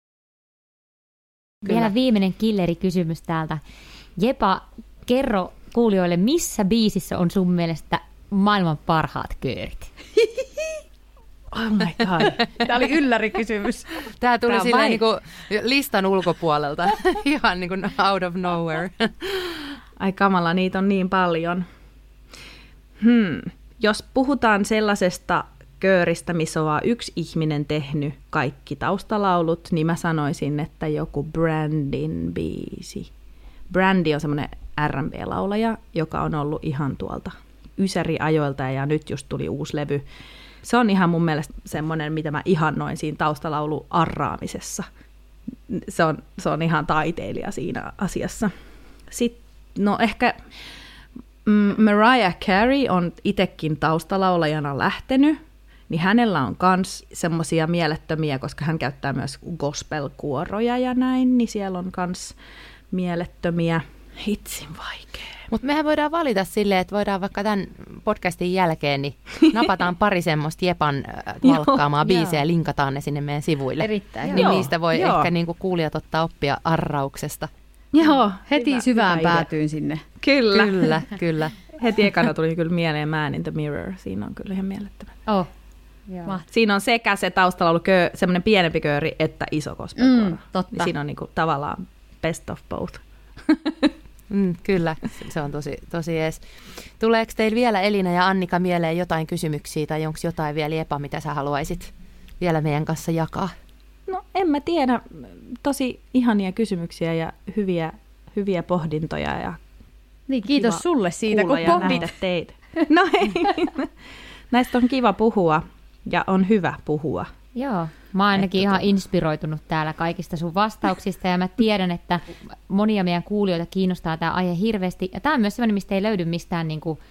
Vielä viimeinen killerikysymys täältä. Jepa, kerro kuulijoille, missä biisissä on sun mielestä maailman parhaat köörit? Oh my god. Tämä oli yllärikysymys. Tämä tuli silleen niin kuin listan ulkopuolelta. Ihan niin kuin out of nowhere. Ai kamala, niitä on niin paljon. Jos puhutaan sellaisesta kööristä, missä on vaan yksi ihminen tehnyt kaikki taustalaulut, niin mä sanoisin, että joku Brandin biisi. Brandi on semmoinen R&B-laulaja, joka on ollut ihan tuolta Ysäri-ajoilta ja nyt just tuli uusi levy. Se on ihan mun mielestä semmoinen, mitä mä ihannoin siinä taustalaulu arraamisessa. Se on ihan taiteilija siinä asiassa. Sitten, no ehkä Mariah Carey on itsekin taustalaulajana lähtenyt, niin hänellä on myös semmoisia mielettömiä, koska hän käyttää myös gospel-kuoroja ja näin, niin siellä on myös mielettömiä. Hitsin vaikea. Mutta mehän voidaan valita silleen, että voidaan vaikka tämän podcastin jälkeen, niin napataan pari semmoista Jepan valkkaamaa biisejä ja linkataan ne sinne meidän sivuille. Erittäin. Niin niistä voi ehkä niinku kuulijat ottaa oppia arrauksesta. Joo, heti syvään päätyyn sinne. Kyllä. Heti ekana tuli kyllä mieleen Man in the Mirror. Siinä on kyllä ihan mielettömä. Oh. Siinä on sekä se taustalla semmoinen pienempi kööri, että iso gospel-kuoro. Totta. Niin siinä on niinku tavallaan best of both. Kyllä, se on tosi ees. Tuleeko teillä vielä Elina ja Annika mieleen jotain kysymyksiä tai onko jotain vielä Jepa, mitä sä haluaisit vielä meidän kanssa jakaa? No en mä tiedä. Tosi ihania kysymyksiä ja hyviä pohdintoja. Ja niin, kiitos sulle siitä, kun pohdit teitä. No ei. Näistä on kiva puhua ja on hyvä puhua. Joo, mä oon ainakin ihan inspiroitunut täällä kaikista sun vastauksista ja mä tiedän, että monia meidän kuulijoita kiinnostaa tämä aihe hirveästi. Ja tämä on myös sellainen, mistä ei löydy mistään niin kuin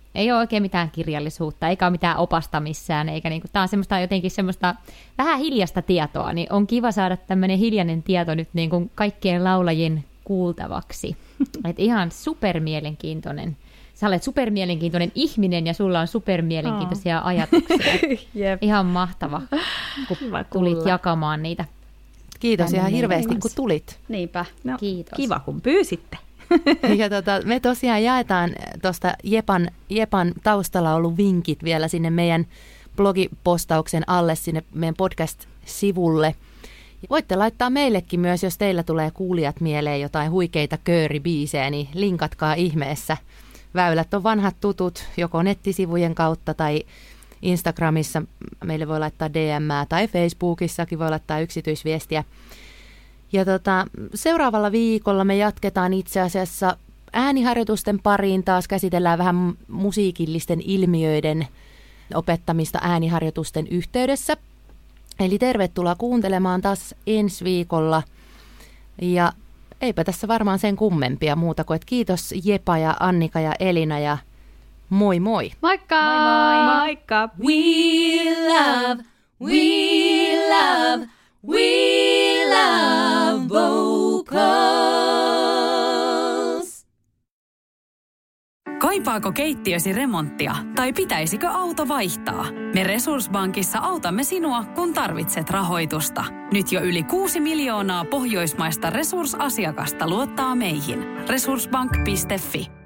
ei ole oikein mitään kirjallisuutta, eikä ole mitään opasta missään, eikä niinku, tämä on semmoista jotenkin semmoista vähän hiljasta tietoa, niin on kiva saada tämmöinen hiljainen tieto nyt niinku kaikkien laulajien kuultavaksi. Et ihan supermielenkiintoinen. Sä olet supermielenkiintoinen ihminen ja sulla on supermielenkiintoisia ajatuksia. Yep. Ihan mahtava, kun tulit jakamaan niitä. Kiitos ihan hirveästi, kun tulit. Niinpä. No, kiitos. Kiva, kun pyysitte. Ja me tosiaan jaetaan tuosta Jepan taustalaulun vinkit vielä sinne meidän blogipostauksen alle, sinne meidän podcast-sivulle. Voitte laittaa meillekin myös, jos teillä tulee kuulijat mieleen jotain huikeita kööribiisejä, niin linkatkaa ihmeessä. Väylät on vanhat tutut, joko nettisivujen kautta tai Instagramissa meille voi laittaa DM:ää tai Facebookissakin voi laittaa yksityisviestiä. Ja seuraavalla viikolla me jatketaan itse asiassa ääniharjoitusten pariin, taas käsitellään vähän musiikillisten ilmiöiden opettamista ääniharjoitusten yhteydessä. Eli tervetuloa kuuntelemaan taas ensi viikolla ja eipä tässä varmaan sen kummempia muuta kuin, että kiitos Jepa ja Annika ja Elina ja moi moi! Moikka! Moi moi! Moikka! We love vocals. Kaipaako keittiösi remonttia tai pitäisikö auto vaihtaa? Me Resursbankissa autamme sinua, kun tarvitset rahoitusta. Nyt jo yli 6 miljoonaa pohjoismaista resursasiakasta luottaa meihin. Resursbank.fi